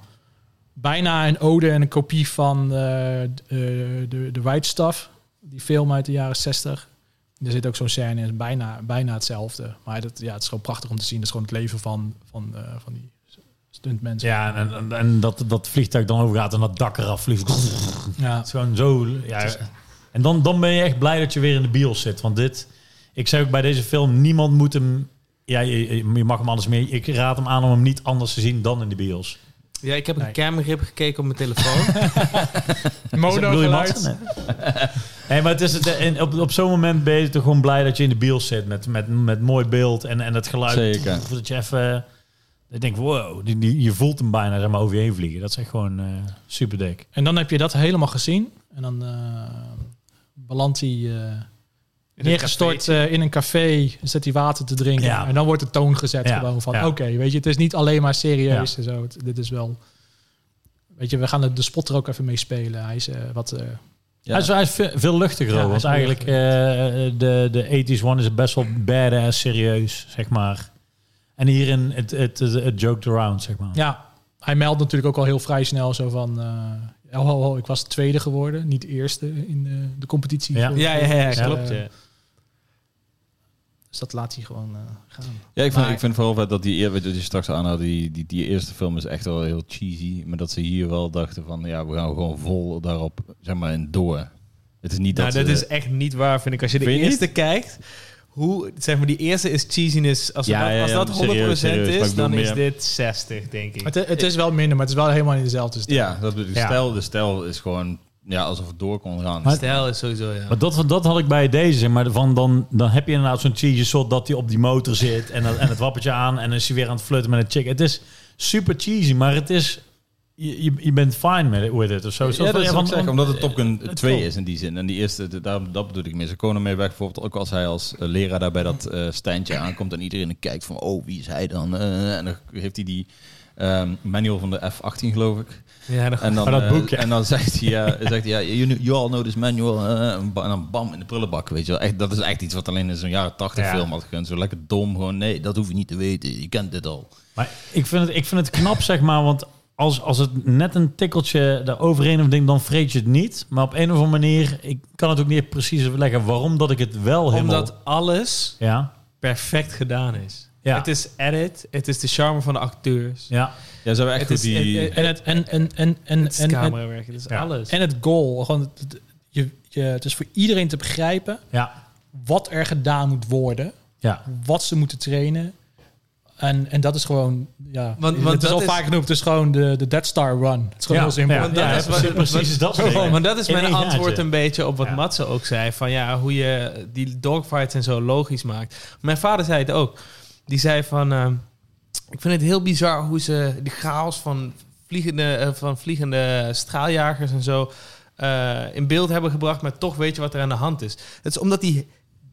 bijna een ode en een kopie van uh, de, de, de White Stuff. Die film uit de jaren zestig. Er zit ook zo'n scène in, bijna, bijna hetzelfde. Maar dat, ja, het is gewoon prachtig om te zien. Dat is gewoon het leven van, van, uh, van die stuntmensen. Ja, en, en, en dat, dat vliegtuig dan overgaat en dat dak eraf vliegt. Ja. Het is gewoon zo... Ja, en dan, dan ben je echt blij dat je weer in de bios zit. Want dit... Ik zei ook bij deze film, niemand moet hem... Ja, je, je mag hem anders meer... Ik raad hem aan om hem niet anders te zien dan in de bios. Ja, ik heb een Nee. camera gekeken op mijn telefoon. Mono Bedoel je geluid. Mats? Nee. Nee, maar het is het, en op, op zo'n moment ben je toch gewoon blij dat je in de bios zit. Met, met, met mooi beeld en, en het geluid. Zeker. Dat je even... Ik denk, wow, die, die, je voelt hem bijna zeg maar, over je heen vliegen. Dat is echt gewoon uh, super dik. En dan heb je dat helemaal gezien. En dan uh, belandt hij uh, neergestort uh, in een café. Zet hij water te drinken. Ja. En dan wordt de toon gezet Ja. gewoon van... Ja. Oké, weet je, het is niet alleen maar serieus Ja. en zo. Het, dit is wel... Weet je, we gaan de, de spot er ook even mee spelen. Hij is uh, wat... Uh, Ja. Hij, is, hij is veel, veel luchtiger. Ja, ook, hij is want veel eigenlijk uh, de, de eighties one is best wel badass, serieus, zeg maar. En hierin, het, het, het, het joked around, zeg maar. ja, hij meldt natuurlijk ook al heel vrij snel zo van... Uh, oh, oh, oh, ik was tweede geworden, niet eerste in de, de competitie. Ja. Voor- ja, ja, ja, Dus, klopt. uh, Ja. Dus dat laat hij gewoon uh, gaan. Ja, ik vind, Maar- ik vind vooral vet dat die, eer- wat je straks aanhoudt, die, die, die eerste film is echt wel heel cheesy. Maar dat ze hier wel dachten van, ja, we gaan gewoon vol daarop, zeg maar, in door. Het is niet Nou, dat dat ze- is echt niet waar, vind ik. Als je de Vind je eerste kijkt... Hoe, zeg maar, die eerste is cheesiness. Als, Ja, dat, ja, als ja, dat serieus, honderd procent serieus, maar is, ik bedoel dan is meer- dit zestig, denk ik. Het, het is wel minder, maar het is wel helemaal niet dezelfde stijl. Ja, dat, de, Ja. Stijl, de stijl is gewoon, ja, alsof het door kon gaan. Maar- Stijl is sowieso, ja. Maar dat, dat had ik bij deze, zeg maar van dan, dan heb je inderdaad zo'n cheesy shot dat hij op die motor zit en, dat, en het wappertje aan en dan is hij weer aan het flirten met een chick. Het is super cheesy, maar het is, je, je, je bent fine met it, with it of zo. Ja, Zoals dat is van- wat ik zeg, van- omdat het Top Gun het twee wel. is in die zin. En die eerste, de- daar, dat bedoel ik mee. Ze komen ermee weg, bijvoorbeeld ook als hij als eh, leraar daar bij dat eh standje aankomt en iedereen kijkt van, oh, wie is hij dan? Eh, en dan heeft hij die Um, manual van de F achttien, geloof ik. Ja, dat, En dan, Oh, dat uh, boek, ja. en dan zegt hij, ja, zegt hij ja, you, you all know this manual. Uh, en dan bam, in de prullenbak, weet je wel. Echt, dat is echt iets wat alleen in zo'n jaren tachtig Ja. film had gekund. Zo lekker dom, gewoon, nee, dat hoef je niet te weten. Je kent dit al. Maar ik vind het, ik vind het knap, zeg maar, want als, als het net een tikkeltje daaroverheen of ding, dan vreet je het niet. Maar op een of andere manier, ik kan het ook niet precies leggen waarom dat ik het wel helemaal... omdat alles Ja, perfect gedaan is. Ja. Het is edit, het is de charme van de acteurs. ja, Ja, ze hebben echt Het goed is- die... het- het- En het, en, en, en, en, Het is en, en, camerawerk, het is Ja. alles. en het goal. Gewoon, het, het- je, je, het is voor iedereen te begrijpen ja, wat er gedaan moet worden. ja. Wat ze moeten trainen. En, en dat is gewoon, ja, Want- want het is dat al is- vaak genoemd, het is gewoon de, de Death Star Run. Het is gewoon Ja, heel simpel. ja, Want dat ja, is wat- precies, wat- precies dat soort Oh, dingen. maar dat is In mijn één antwoord gaatje. een beetje op wat Ja. Matze ook zei. Van ja, hoe je die dogfights en zo logisch maakt. Mijn vader zei het ook. Die zei van... eh, ik vind het heel bizar hoe ze die chaos van vliegende, eh, van vliegende straaljagers en zo... eh, in beeld hebben gebracht, maar toch weet je wat er aan de hand is. Het is omdat die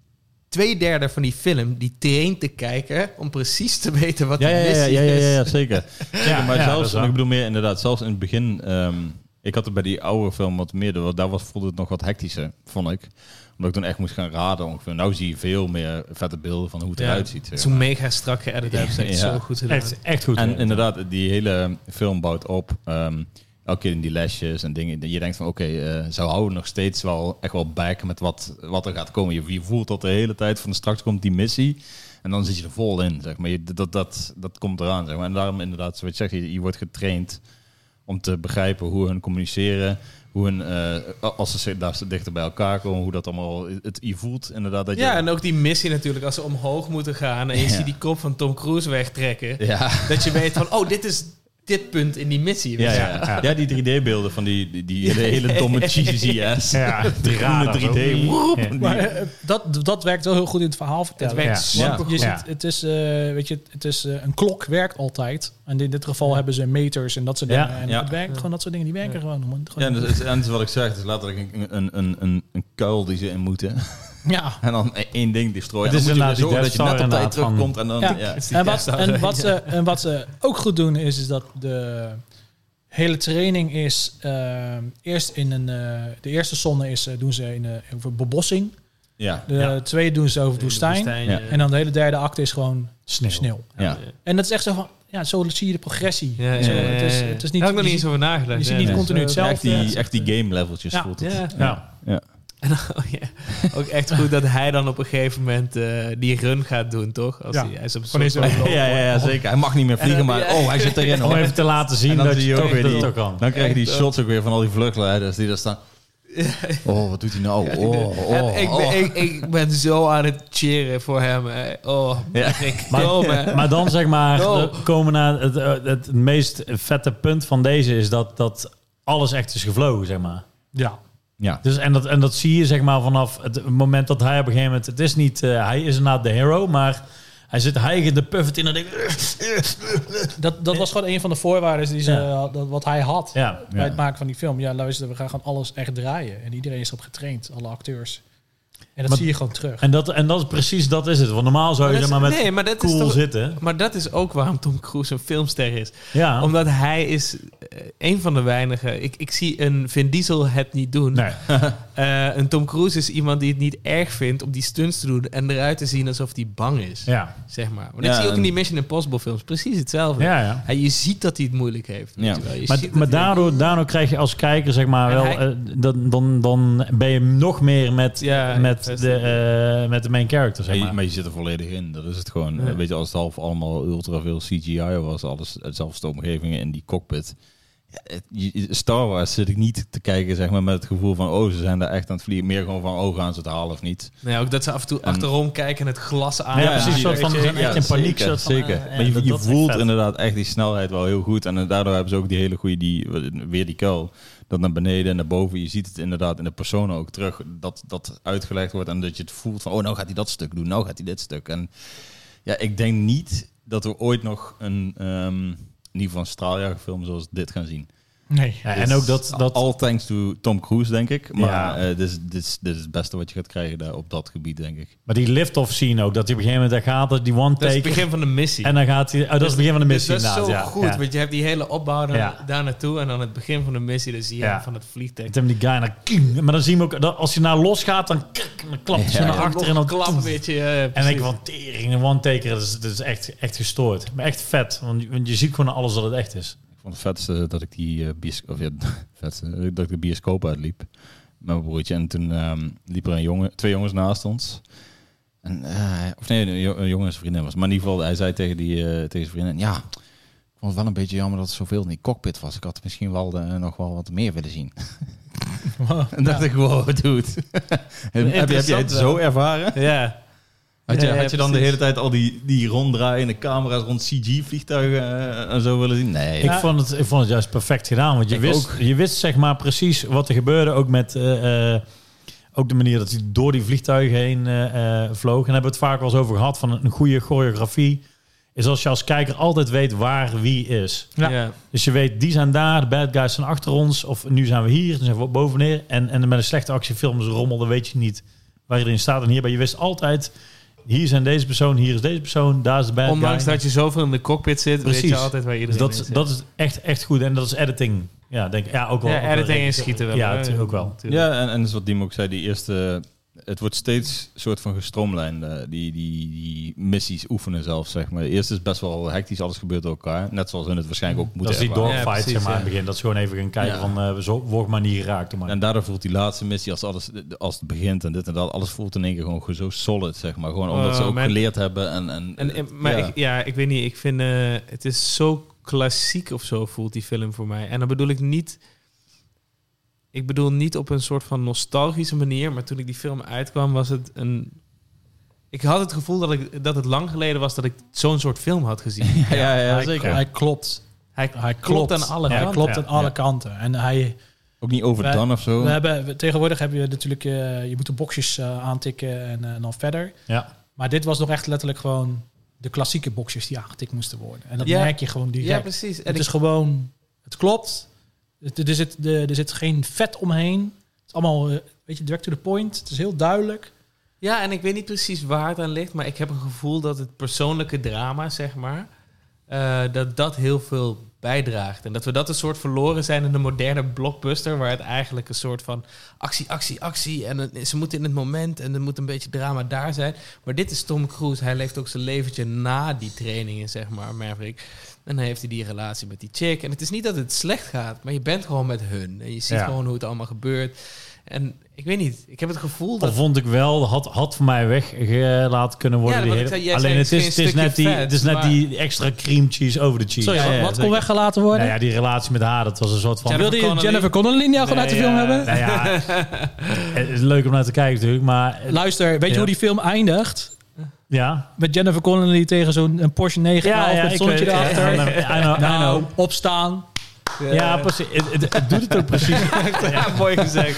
twee derde van die film... die traint te kijken om precies te weten wat Ja, de ja, ja, missie ja, ja, is. ja, ja, zeker. zeker maar ja, dat zelfs, is en waar. ik bedoel meer inderdaad, zelfs in het begin... ehm, ik had het bij die oude film wat meer, want daar was, voelde het nog wat hectischer, vond ik. Omdat ik toen echt moest gaan raden ongeveer. Nou zie je veel meer vette beelden van hoe het Ja, eruit ziet. zeg Zo maar. mega strak geëdit hebben ze echt Ja. zo goed gedaan. Echt, echt goed. En ja. inderdaad, die hele film bouwt op. ehm, elke keer in die lesjes en dingen. Je denkt van, oké, okay, uh, ze houden nog steeds wel echt wel back met wat, wat er gaat komen. Je, je voelt dat de hele tijd van straks komt die missie. En dan zit je er vol in, zeg maar. Je, dat, dat, dat komt eraan, zeg maar. En daarom inderdaad, zoals je zegt, je, je wordt getraind om te begrijpen hoe hun communiceren. Hoe hun, uh, als ze daar dichter bij elkaar komen, hoe dat allemaal... Het, je voelt inderdaad dat je... Ja, en ook die missie natuurlijk, als ze omhoog moeten gaan en je Ja. ziet die kop van Tom Cruise wegtrekken, Ja. dat je weet van, oh, dit is dit punt in die missie. Ja, Dus ja. Ja. ja, die drie D-beelden van die, die, die hele domme cheesy ass. Ja, de die groene radars drie ook. D. woep. Ja. Die- Maar eh, dat, dat werkt wel heel goed in het verhaal vertellen. Het werkt Ja. Want Ja. je Ja. ziet, het is, eh, weet je, het is eh, een klok werkt altijd. En in dit geval hebben ze meters en dat soort Ja. dingen. En Ja. het werkt gewoon, dat soort dingen, die werken gewoon. Man. Ja, Gewoon- en dat is, en dat is wat ik zeg. Het is letterlijk een, een, een, een, een kuil die ze in moeten. ja. En dan één ding destroyen. Het is Dan moet je inderdaad weer die zorgen dat je net Death op Star tijd terugkomt. En dan, Ja. ja. is die En, Death wat, Star. en, wat ze, en wat ze ook goed doen, is, is dat de hele training is... eh, eerst in een... eh, de eerste zonne is, eh, doen ze in, eh, over bebossing. Ja. De Ja. tweede doen ze over de woestijn. Ja. ja. En dan de hele derde acte is gewoon Sneeuw. sneeuw. Ja. En dat is echt zo van... Ja, zo zie je de progressie. Ja, ja, Zo, ja, ja, het, is, ja. het is niet... Daar heb ik nog je niet eens ziet- over nagedacht. je ziet Ja, niet nee. continu Zo- hetzelfde. Echt die, het is echt die game leveltjes Ja. voelt het. Ja. Ja. Ja. En dan- oh, ja. Ook echt goed dat hij dan op een gegeven moment eh, die run gaat doen, toch? Als Ja. hij, hij is op een Gewoon soort eens van- Ja, ja, ja, zeker. Hij mag niet meer vliegen, En, maar ja. oh, hij zit erin. Om hoor. even te laten zien En dan dat zie je hij ook toch weer dat die- het toch kan. Dan krijg je die Echt, shots ook weer van al die vluchtleiders die daar staan. Oh, wat doet hij nou? Oh, En oh, ik, ben, oh. ik, ik ben zo aan het cheeren voor hem. hè. Oh, Ja. ik Maar, komen. maar dan zeg maar, No. we komen naar het, eh, het meest vette punt van deze is dat, dat alles echt is gevlogen, zeg maar. Ja. Ja. Dus, en, dat, en dat zie je zeg maar vanaf het moment dat hij op een gegeven moment... Het is niet, uh, hij is inderdaad de hero, maar hij zit hijgende puffet in en denkt... Dat, dat was gewoon een van de voorwaarden die ze, Ja. dat, wat hij had Ja, bij Ja. het maken van die film. Ja, luister, we gaan gewoon alles echt draaien. En iedereen is erop getraind, alle acteurs. En dat Maar- zie je gewoon terug. en, dat, en dat is precies, dat is het. Want normaal zou je Maar zeg dat maar is- met nee, maar dat is cool toch- zitten. Maar dat is ook waarom Tom Cruise een filmster is. Ja, Omdat hij is eh, een van de weinigen... Ik, ik zie een Vin Diesel het niet doen. nee. Eh, een Tom Cruise is iemand die het niet erg vindt om die stunts te doen... en eruit te zien alsof hij bang is, Ja, zeg maar. Want Ja, ik zie ook in en- die Mission Impossible films precies hetzelfde. ja, ja. Hij, je ziet dat hij het moeilijk heeft. weet Ja. je wel. Je Maar, ziet maar dat hij- daardoor, daardoor krijg je als kijker zeg maar En wel... hij- eh, dan, dan, dan ben je nog meer met, Ja, met, best. de, eh, met de main character, zeg Maar je, maar. maar je zit er volledig in. Dat is het gewoon. Ja. Eh, Weet je, als het half allemaal ultra veel C G I was, alles hetzelfde omgevingen in die cockpit. Ja, het, je- Star Wars zit ik niet te kijken, zeg maar, met het gevoel van, oh, ze zijn daar echt aan het vliegen. Meer gewoon van, oh, gaan ze het halen of niet? Nee, ook dat ze af en toe En- achterom kijken en het glas aan. Ja, precies, ja, een soort van, ja, ze zijn echt in paniek. Zeker, soort van, zeker. eh, maar je, dat- je dat is echt voelt vet. inderdaad echt die snelheid wel heel goed. En eh, daardoor hebben ze ook die hele goede, die, weer die kuil. Dat naar beneden en naar boven. Je ziet het inderdaad in de personen ook terug. Dat dat uitgelegd wordt en dat je het voelt van, oh, nou gaat hij dat stuk doen. Nou gaat hij dit stuk. En ja, ik denk niet dat we ooit nog een, um, in ieder geval een straaljagerfilm zoals dit gaan zien. Nee. Ja, en ook dat... dat All thanks to Tom Cruise, denk ik. Maar Ja. eh, dit, is, dit, is, dit is het beste wat je gaat krijgen daar op dat gebied, denk ik. maar die lift-off scene ook, dat hij op een gegeven moment daar gaat, dat die one Dat is take... het begin van de missie. En dan gaat hij... Oh, dat is het begin van de missie Dus dat is zo inderdaad, ja. goed, Ja. want je hebt die hele opbouw dan, Ja. daar naartoe en dan het begin van de missie, dan zie je Ja. hem van het vliegtuig. Met hem die guy naar... king. Maar dan zien we ook, dat als hij naar los gaat, dan, krik, dan klapt hij zo Ja, naar ja. achter en dan... klap een beetje. Ja, En dan denk ik van, tering, een one-taker, dat is, dat is echt, echt gestoord. Maar echt vet, want je, want je ziet gewoon aan alles dat het echt is. Ik vond het vetste dat ik die uh, bioscoop, of ja, vetste, dat ik de bioscoop uitliep met mijn broertje. En toen um, liep er een jongen, twee jongens naast ons. En, uh, of nee, een, jo- een jongen en zijn vriendin was. Maar in ieder geval, hij zei tegen, die, uh, tegen zijn vriendin, ja, ik vond het wel een beetje jammer dat er zoveel in die cockpit was. Ik had misschien wel de, nog wel wat meer willen zien. En dacht ik, wow, dude. heb, heb, heb jij het zo ervaren? Ja. Had je, Ja, ja, had je dan de precies. hele tijd al die, die ronddraaiende camera's rond C G-vliegtuigen uh, en zo willen zien? Nee. Ik, vond het, ik vond het juist perfect gedaan, want je, Ik wist, ook. je wist zeg maar precies wat er gebeurde, ook met uh, uh, ook de manier dat hij door die vliegtuigen heen uh, uh, vloog. En daar hebben we het vaak wel eens over gehad, van een goede choreografie is als je als kijker altijd weet waar wie is. Ja. Ja. Dus je weet, die zijn daar, de bad guys zijn achter ons, of nu zijn we hier, dan zijn we boveneer. En, en met een slechte actiefilm, dus rommel, dan weet je niet waar je erin staat. En hierbij, je wist altijd, hier zijn deze persoon, hier is deze persoon, daar is de bad guy. Ondanks dat je zoveel in de cockpit zit, weet Precies. je altijd waar Dus iedereen dat, in zit. dat is echt, echt goed. En dat is editing. Ja, denk, ja ook wel. Ja, ook wel editing en redelijk. schieten wel. Ja, hè? het- ook wel. Natuurlijk. Ja, en, en dat is wat Diem ook zei, die eerste... Het wordt steeds soort van gestroomlijnd, uh, die, die, die missies oefenen zelfs, zeg maar. De eerste is best wel hectisch, alles gebeurt door elkaar. Net zoals hun het waarschijnlijk ook Dat moeten is die ervaren. dogfight, Ja, precies, zeg maar, in ja. het begin. Dat ze gewoon even gaan kijken Ja. van, uh, zo, word maar niet geraakt. Doe maar. En daardoor voelt die laatste missie, als, alles, als het begint en dit en dat, alles voelt in één keer gewoon zo solid, zeg maar. Gewoon omdat Oh, ze ook man. geleerd hebben. En, en, En, en- maar ja. Ik, ja, ik weet niet, ik vind uh, het is zo klassiek of zo voelt die film voor mij. En dan bedoel ik niet, ik bedoel niet op een soort van nostalgische manier, maar toen ik die film uitkwam was het een, ik had het gevoel dat, ik, dat het lang geleden was dat ik zo'n soort film had gezien. ja, ja, ja, hij, zeker. hij klopt. Hij, Hij klopt klopt aan alle Hij kanten. klopt Ja, aan alle ja. kanten. En hij... Ook niet overdone of zo. We hebben, we- tegenwoordig heb je natuurlijk... eh, je moet de boxjes eh, aantikken en, eh, en dan verder. Ja. Maar dit was nog echt letterlijk gewoon... de klassieke boxjes die aangetikt moesten worden. En dat Ja. merk je gewoon direct. Ja, precies. En Het ik- is gewoon... Het klopt. Het, er, zit, de, er zit geen vet omheen. Het is allemaal, eh, weet je, direct to the point. Het is heel duidelijk. Ja, en ik weet niet precies waar het aan ligt, maar ik heb een gevoel dat het persoonlijke drama, zeg maar, uh, dat dat heel veel bijdraagt. En dat we dat een soort verloren zijn in de moderne blockbuster, waar het eigenlijk een soort van actie, actie, actie, en het- ze moeten in het moment en er moet een beetje drama daar zijn. Maar dit is Tom Cruise, hij leeft ook zijn leventje na die trainingen, zeg maar, Maverick. En dan heeft hij die relatie met die chick. En het is niet dat het slecht gaat, maar je bent gewoon met hun. En je ziet Ja. gewoon hoe het allemaal gebeurt. En ik weet niet, ik heb het gevoel Dat dat... vond ik wel, had, had voor mij weggelaten kunnen worden. Ja, die wat hele- ik zei, jij alleen zei, het is, het is het is geen net, die, stukje het is vet, net maar- die extra cream cheese over de cheese. Sorry, Ja, wat, ja, wat kon zeker. weggelaten worden? Nou ja, die relatie met haar, dat was een soort van... Jennifer Wilde je Connelly. Jennifer Connelly nou gewoon uit de Nee, film ja, hebben? nou ja, het is leuk om naar te kijken natuurlijk, maar... Luister, weet je Ja. hoe die film eindigt? Ja, Met Jennifer Connelly tegen zo'n een Porsche negen ja, ja, met het ik zonnetje weet- erachter. I know, I know, I Nou, know. opstaan. Ja, precies. Het, het- het doet het ook precies. Ja, mooi gezegd.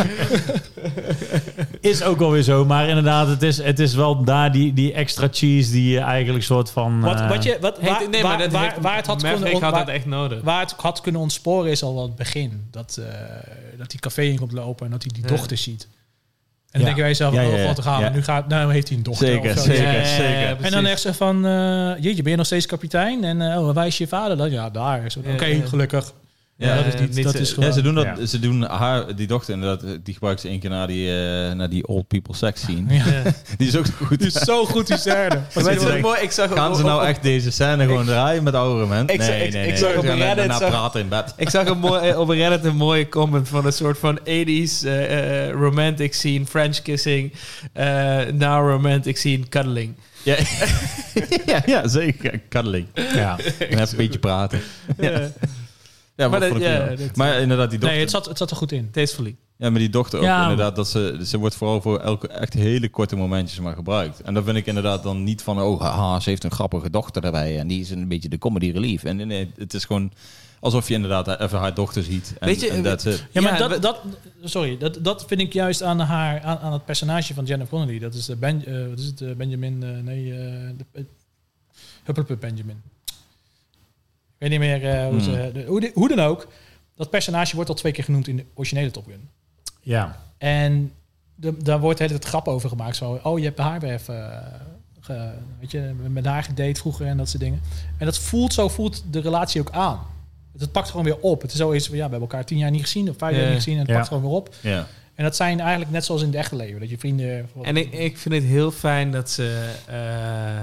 Is ook alweer zo, maar inderdaad, het is, het is wel daar die, die extra cheese die je eigenlijk soort van... Wat, eh, wat je, wat, waar, Heet- nee, maar waar, dat waar, heeft- waar het had Maverick kunnen, had waar, dat echt nodig. waar het had kunnen ontsporen is al wel het begin. Dat, uh, dat die café in komt lopen en dat hij die Ja. dochter ziet. En dan Ja. denk je bij jezelf, Ja, ja, oh ja. god, gaan we. Ja. Nu, gaat, nou heeft hij een dochter. Zeker, of zo. zeker, Ja. zeker. En dan echt zo van, uh, jeetje, ben je nog steeds kapitein? En uh, oh, waar is je vader dan? Ja, daar. Zo, Ja, Oké, ja. gelukkig. Ja, Ja, dat is niet, niet dat zo- is Ja, gewoon... ze doen dat. Ja. Ze doen haar, die dochter inderdaad, die gebruikt ze één keer naar die, uh, naar die old people sex scene. Ja. Die is ook goed. Die is zo goed, die scène. Weet je wat zeggen? mooi? Ik zag Gaan ze op- nou op- echt deze scène gewoon draaien met oude mensen? Ik Nee, zag- nee, ik- nee. ik zag Ze op gaan Reddit daarna zag- praten in bed. Ik zag een mooi, op Reddit een mooie comment van een soort van eighties uh, uh, romantic scene, French kissing, uh, now romantic scene, cuddling. Ja, ja, ja, zeker. Cuddling. Ja. En even een beetje praten. Ja, ja Maar maar, dat- vond ik ja, prima. dat- maar inderdaad, die dochter... Nee, het zat, het zat er goed in. Tastefully. Ja, maar die dochter ook Ja, inderdaad, dat ze, ze wordt vooral voor elke echt hele korte momentjes maar gebruikt. En dat vind ik inderdaad dan niet van, oh, haha, ze heeft een grappige dochter erbij en die is een beetje de comedy relief. En nee, het is gewoon alsof je inderdaad even haar dochter ziet. En, Weet je, en that's it. Ja, maar Ja, we- dat, dat, sorry, dat, dat vind ik juist aan haar, aan, aan het personage van Jennifer Connelly. Dat is de ben, uh, wat is het, uh, Benjamin, uh, nee, uh, de, uh, Hupplepup Benjamin. Ik weet niet meer uh, hoe, Hmm. ze, de, hoe, die- hoe dan ook. dat personage wordt al twee keer genoemd in de originele Top Gun. Ja. En de, daar wordt de hele tijd grap over gemaakt. Zo, oh, je hebt haar weer even... Uh, ge, weet je, met haar gedate vroeger en dat soort dingen. En dat voelt zo, voelt de relatie ook aan. Het, het pakt gewoon weer op. Het is zo eens, ja, we hebben elkaar tien jaar niet gezien of vijf Ja. jaar niet gezien en het Ja. pakt gewoon weer op. Ja. En dat zijn eigenlijk net zoals in het echte leven. Dat je vrienden... En ik, ik vind het heel fijn dat ze... Uh,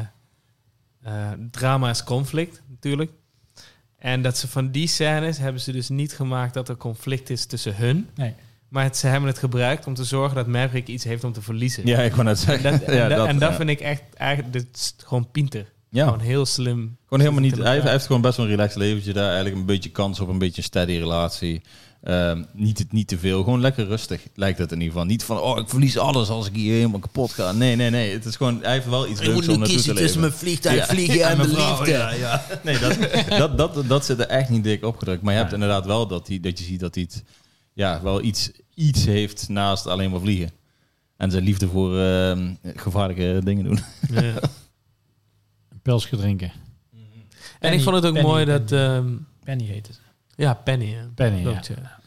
uh, drama is conflict, natuurlijk. En dat ze van die scènes hebben ze dus niet gemaakt dat er conflict is tussen hun. Nee. Maar het, ze hebben het gebruikt om te zorgen dat Maverick iets heeft om te verliezen. Ja, ik wou net En zeggen. dat, en ja, dat, dat, en dat ja. vind ik echt eigenlijk dit is gewoon pinter. Ja. Gewoon heel slim. Gewoon helemaal niet. Ja. Hij heeft, hij heeft gewoon best wel een relaxed leventje daar. Eigenlijk een beetje kans op een beetje een steady relatie. Um, niet, niet te veel. Gewoon lekker rustig lijkt het in ieder geval. Niet van, oh, ik verlies alles als ik hier helemaal kapot ga. Nee, nee, nee. Het is gewoon, hij heeft wel iets leuks om naartoe te leven. mijn vliegtuig Ja. vliegen en mijn de vrouw, liefde. ja, ja. Nee, dat, dat, dat, dat zit er echt niet dik opgedrukt. Maar je hebt Nee. inderdaad wel dat, die, dat je ziet dat hij het, ja, wel iets, iets heeft naast alleen maar vliegen. En zijn liefde voor uh, gevaarlijke dingen doen. Ja. Een pilsje drinken. En ik vond het ook Penny, mooi Penny. dat... Um, Penny heette ze. ja, Penny. Ja. Penny, Klopt, ja. ja.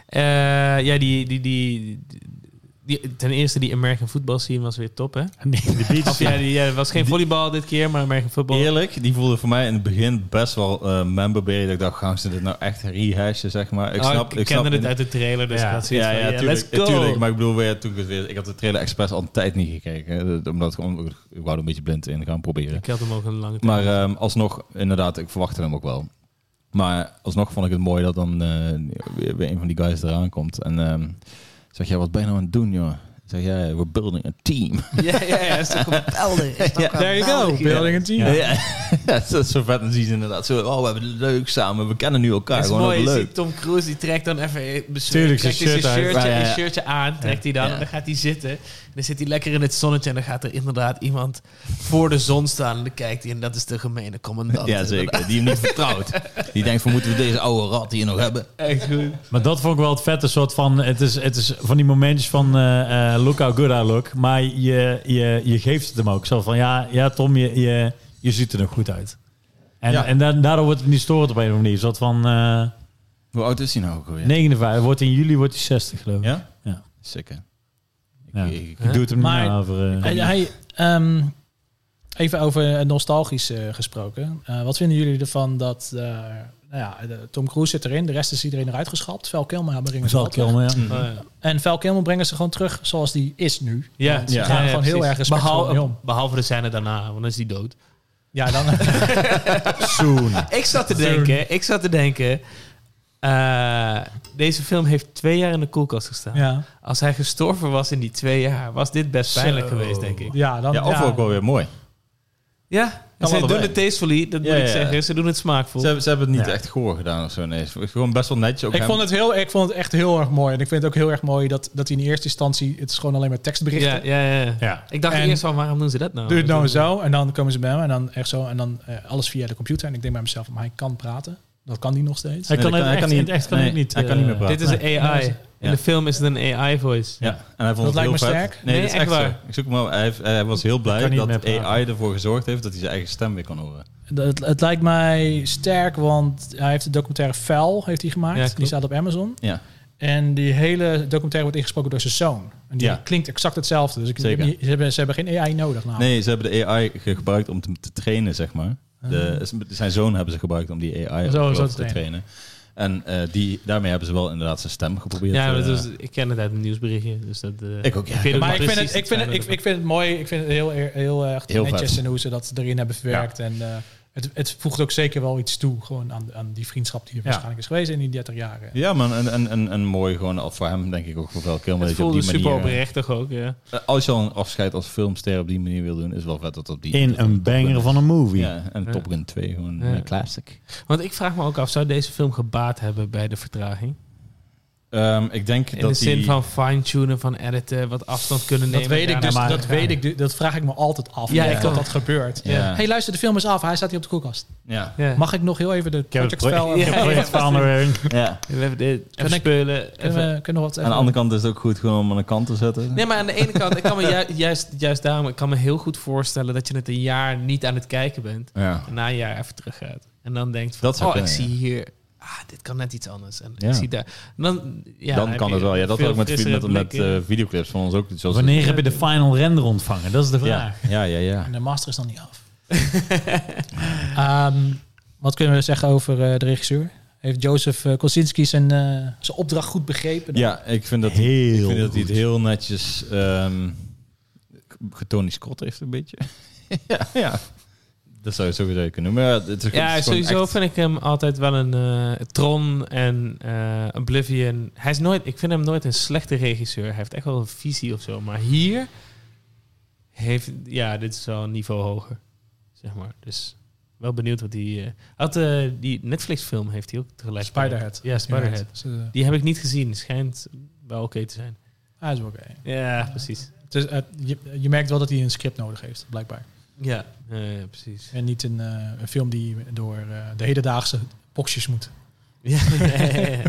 Uh, ja, die, die, die, die... Ten eerste, die American football scene was weer top, hè? Nee, de beach. Of ja, die, ja, het was geen volleybal dit keer, maar American football. Eerlijk, die voelde voor mij in het begin best wel uh, memorabilia. Dat ik dacht, gaan ze dit nou echt rehashen, zeg maar. Ik Oh, snap, ik, ik kende snap het in- uit de trailer, dus Ja. ik had zoiets Ja, van, ja, yeah, tuurlijk, let's go. tuurlijk. Maar ik bedoel, weer, toen ik, het weer, ik had de trailer expres al een tijd niet gekeken. eh, Omdat ik gewoon, ik wou er een beetje blind in gaan proberen. Ik had hem ook een lange tijd. Maar um, alsnog, inderdaad, ik verwachtte hem ook wel. Maar alsnog vond ik het mooi dat dan uh, weer, weer een van die guys eraan komt. En um, zeg jij, wat ben je nou aan het doen, joh? Zeg jij, we're building a team. ja, ja, ja, is toch geweldig. Is toch Ja. There you go. geweldig, ja. Building a team. Ja, ja. Ja, dat is zo vet. En zien ze inderdaad zo, oh, we hebben het leuk samen. We kennen nu elkaar. Het is Gewoon mooi, ook je leuk. ziet Tom Cruise, die trekt dan even... Tuurlijk, trekt zijn hij shirt uit. shirtje, Ja, ja, ja. een shirtje aan, trekt hij dan Ja. en dan gaat hij zitten. En dan zit hij lekker in het zonnetje en dan gaat er inderdaad iemand voor de zon staan. En dan kijkt hij en dat is de gemene commandant. Ja, zeker. Die hem niet vertrouwt. Die denkt van, moeten we deze oude rat hier nog hebben? Echt goed. Maar dat vond ik wel het vette soort van... Het is, het is van die momentjes van uh, uh, look how good I look. Maar je, je, je geeft het hem ook. Zo van, ja, ja Tom, je, je, je ziet er nog goed uit. En, Ja. en da- daardoor wordt het niet storend op een of andere manier. Een soort van uh, Hoe oud is hij nou ook alweer? negenenvijftig. Wordt in juli wordt hij zestig, geloof ik. Ja? Ja. Zeker. Ik, Ja. ik, Ik ik- doe het hem niet Maar- na over... uh, Hij, hij, um, even over nostalgisch uh, gesproken. Uh, wat vinden jullie ervan dat... Uh, nou ja, de, Tom Cruise zit erin. De rest is iedereen eruit geschapt. Val Kilmer brengen ze Zal wel terug. Kilmer, ja. Mm. Oh, ja. En Val Kilmer brengen ze gewoon terug zoals die is nu. Ja, Want ze ja. gaan Ja, ja, gewoon heel precies. erg respectvol mee behalve, om. behalve de scène daarna, want dan is hij dood. Ja, dan... Soon. Ik zat te denken, ik zat te denken... Uh, deze film heeft twee jaar in de koelkast gestaan. ja. Als hij gestorven was in die twee jaar, was dit best pijnlijk Zo. geweest, denk ik. Ja, dan... ja, of ook wel weer mooi. Ja, Kan ze doen allebei. het tastefully, dat Ja, moet ik ja. zeggen. Ze doen het smaakvol. Ze, hebben- ze hebben het niet Ja. echt goor gedaan of zo. Nee, het is gewoon best wel netjes. Ook Ik hem- vond, het heel, ik vond het echt heel erg mooi. En ik vind het ook heel erg mooi dat, dat hij in eerste instantie... Het is gewoon alleen maar tekstberichten. ja, ja, ja. Ja. Ik dacht En- eerst van, waarom doen ze dat nou? Doe het nou Dat- zo en dan komen ze bij hem en dan echt zo. En dan eh, alles via de computer. En ik denk bij mezelf, maar hij kan praten. Dat kan hij nog steeds. Hij Nee, kan dat het kan- hij echt, kan in niet- het echt kan nee, ik niet. hij kan niet meer uh, praten. Dit is een A I. Nee. In Ja. de film is het een A I-voice. Ja, en hij vond Dat het lijkt heel me vet. sterk. Nee, Nee, dat is echt echt waar. zo. Ik zoek hem op. Hij, heeft- hij was heel blij kan niet dat meer praten. A I ervoor gezorgd heeft dat hij zijn eigen stem weer kan horen. Het, het lijkt mij sterk, want hij heeft de documentaire Val heeft hij gemaakt. Ja, klopt. Die staat op Amazon. Ja, En die hele documentaire wordt ingesproken door zijn zoon. En die Ja. klinkt exact hetzelfde. Dus ik Zeker. heb niet, ze, hebben, ze hebben geen A I nodig. Nou. nee, ze hebben de A I ge- gebruikt om te, te trainen, zeg maar. De, zijn zoon hebben ze gebruikt om die A I Zo, geloof zo ik, te te trainen. En uh, die, daarmee hebben ze wel inderdaad zijn stem geprobeerd. Ja, uh, dat is, ik ken het uit een nieuwsberichtje. Dus dat, uh, Ik ook, ja. weet ook Maar ik vind, precies het, ik, vind het, ik, fijne ik vind het mooi. Ik vind het heel, heel erg Heel netjes vet. en hoe ze dat erin hebben verwerkt. En uh, het, het voegt ook zeker wel iets toe gewoon aan, aan die vriendschap die er Ja. waarschijnlijk is geweest in die dertig jaar. Ja, man, en, en, en, en mooi gewoon al voor hem, denk ik ook voor Val Kilmer. Het dat je op voelde die super manier, oprechtig ook, ja. uh, als je al een afscheid als filmster op die manier wil doen, is het wel vet dat dat op die... in dat dat een Top Gun banger is. van een movie. Ja, en Ja. Top Gun twee, gewoon Ja. een classic. Want ik vraag me ook af, zou deze film gebaat hebben bij de vertraging? Um, ik denk In dat de zin die- van fine-tunen, van editen, wat afstand kunnen nemen. Dat weet ik daarna dus. maar- Dat weet ik. du- Dat vraag ik me altijd af. Ja, Ja, ik dat ook. dat gebeurt. Ja. Hey, luister, de film is af. Hij staat hier op de koelkast. Ja. Ja. Mag ik nog heel even de Ik heb het project pro- spel? ik heb Ja, het projectverandering. ja. We hebben dit, even Kan ik- spelen. Kunnen even- we, kunnen we wat Aan even... de andere kant is het ook goed gewoon om aan de kant te zetten. Nee, maar aan de ene kant, ik kan me ju- juist, juist daarom, ik kan me heel goed voorstellen dat je het een jaar niet aan het kijken bent. Ja. En na een jaar even terug gaat. En dan denkt van, Dat zou oh, ik kunnen, zie hier ah, dit kan net iets anders. En Ja. ik zie daar, dan ja, dan heb kan je het wel. Ja, dat veel had ik met, frissere met, met blikken. uh, videoclips van ons ook. Zoals Wanneer heb je de final render ontvangen? Dat is de vraag. ja, ja, ja, ja. En de master is dan niet af. um, wat kunnen we zeggen over uh, de regisseur? Heeft Joseph uh, Kosinski zijn, uh, zijn opdracht goed begrepen? Dan? Ja, ik vind dat Heel ik vind dat hij het goed. heel netjes um, getony Scott heeft een beetje. ja, ja. Dat zou je sowieso kunnen noemen. Maar het is, Ja, het is gewoon sowieso echt- vind ik hem altijd wel een uh, Tron en uh, Oblivion. Hij is nooit, ik vind hem nooit een slechte regisseur. Hij heeft echt wel een visie of zo. Maar hier heeft, ja, dit is wel een niveau hoger, zeg maar. Dus wel benieuwd wat hij... Uh, had uh, die Netflix-film heeft hij ook tegelijk. Spiderhead. Ja, Spiderhead. Dus, uh, Die heb ik niet gezien. Schijnt wel oké okay te zijn. hij is wel oké. Ja, precies. Het is, uh, je, je merkt wel dat hij een script nodig heeft, blijkbaar. Ja, uh, precies. En niet een, uh, een film die door uh, de hedendaagse boxjes moet. Ja, ja, ja, ja.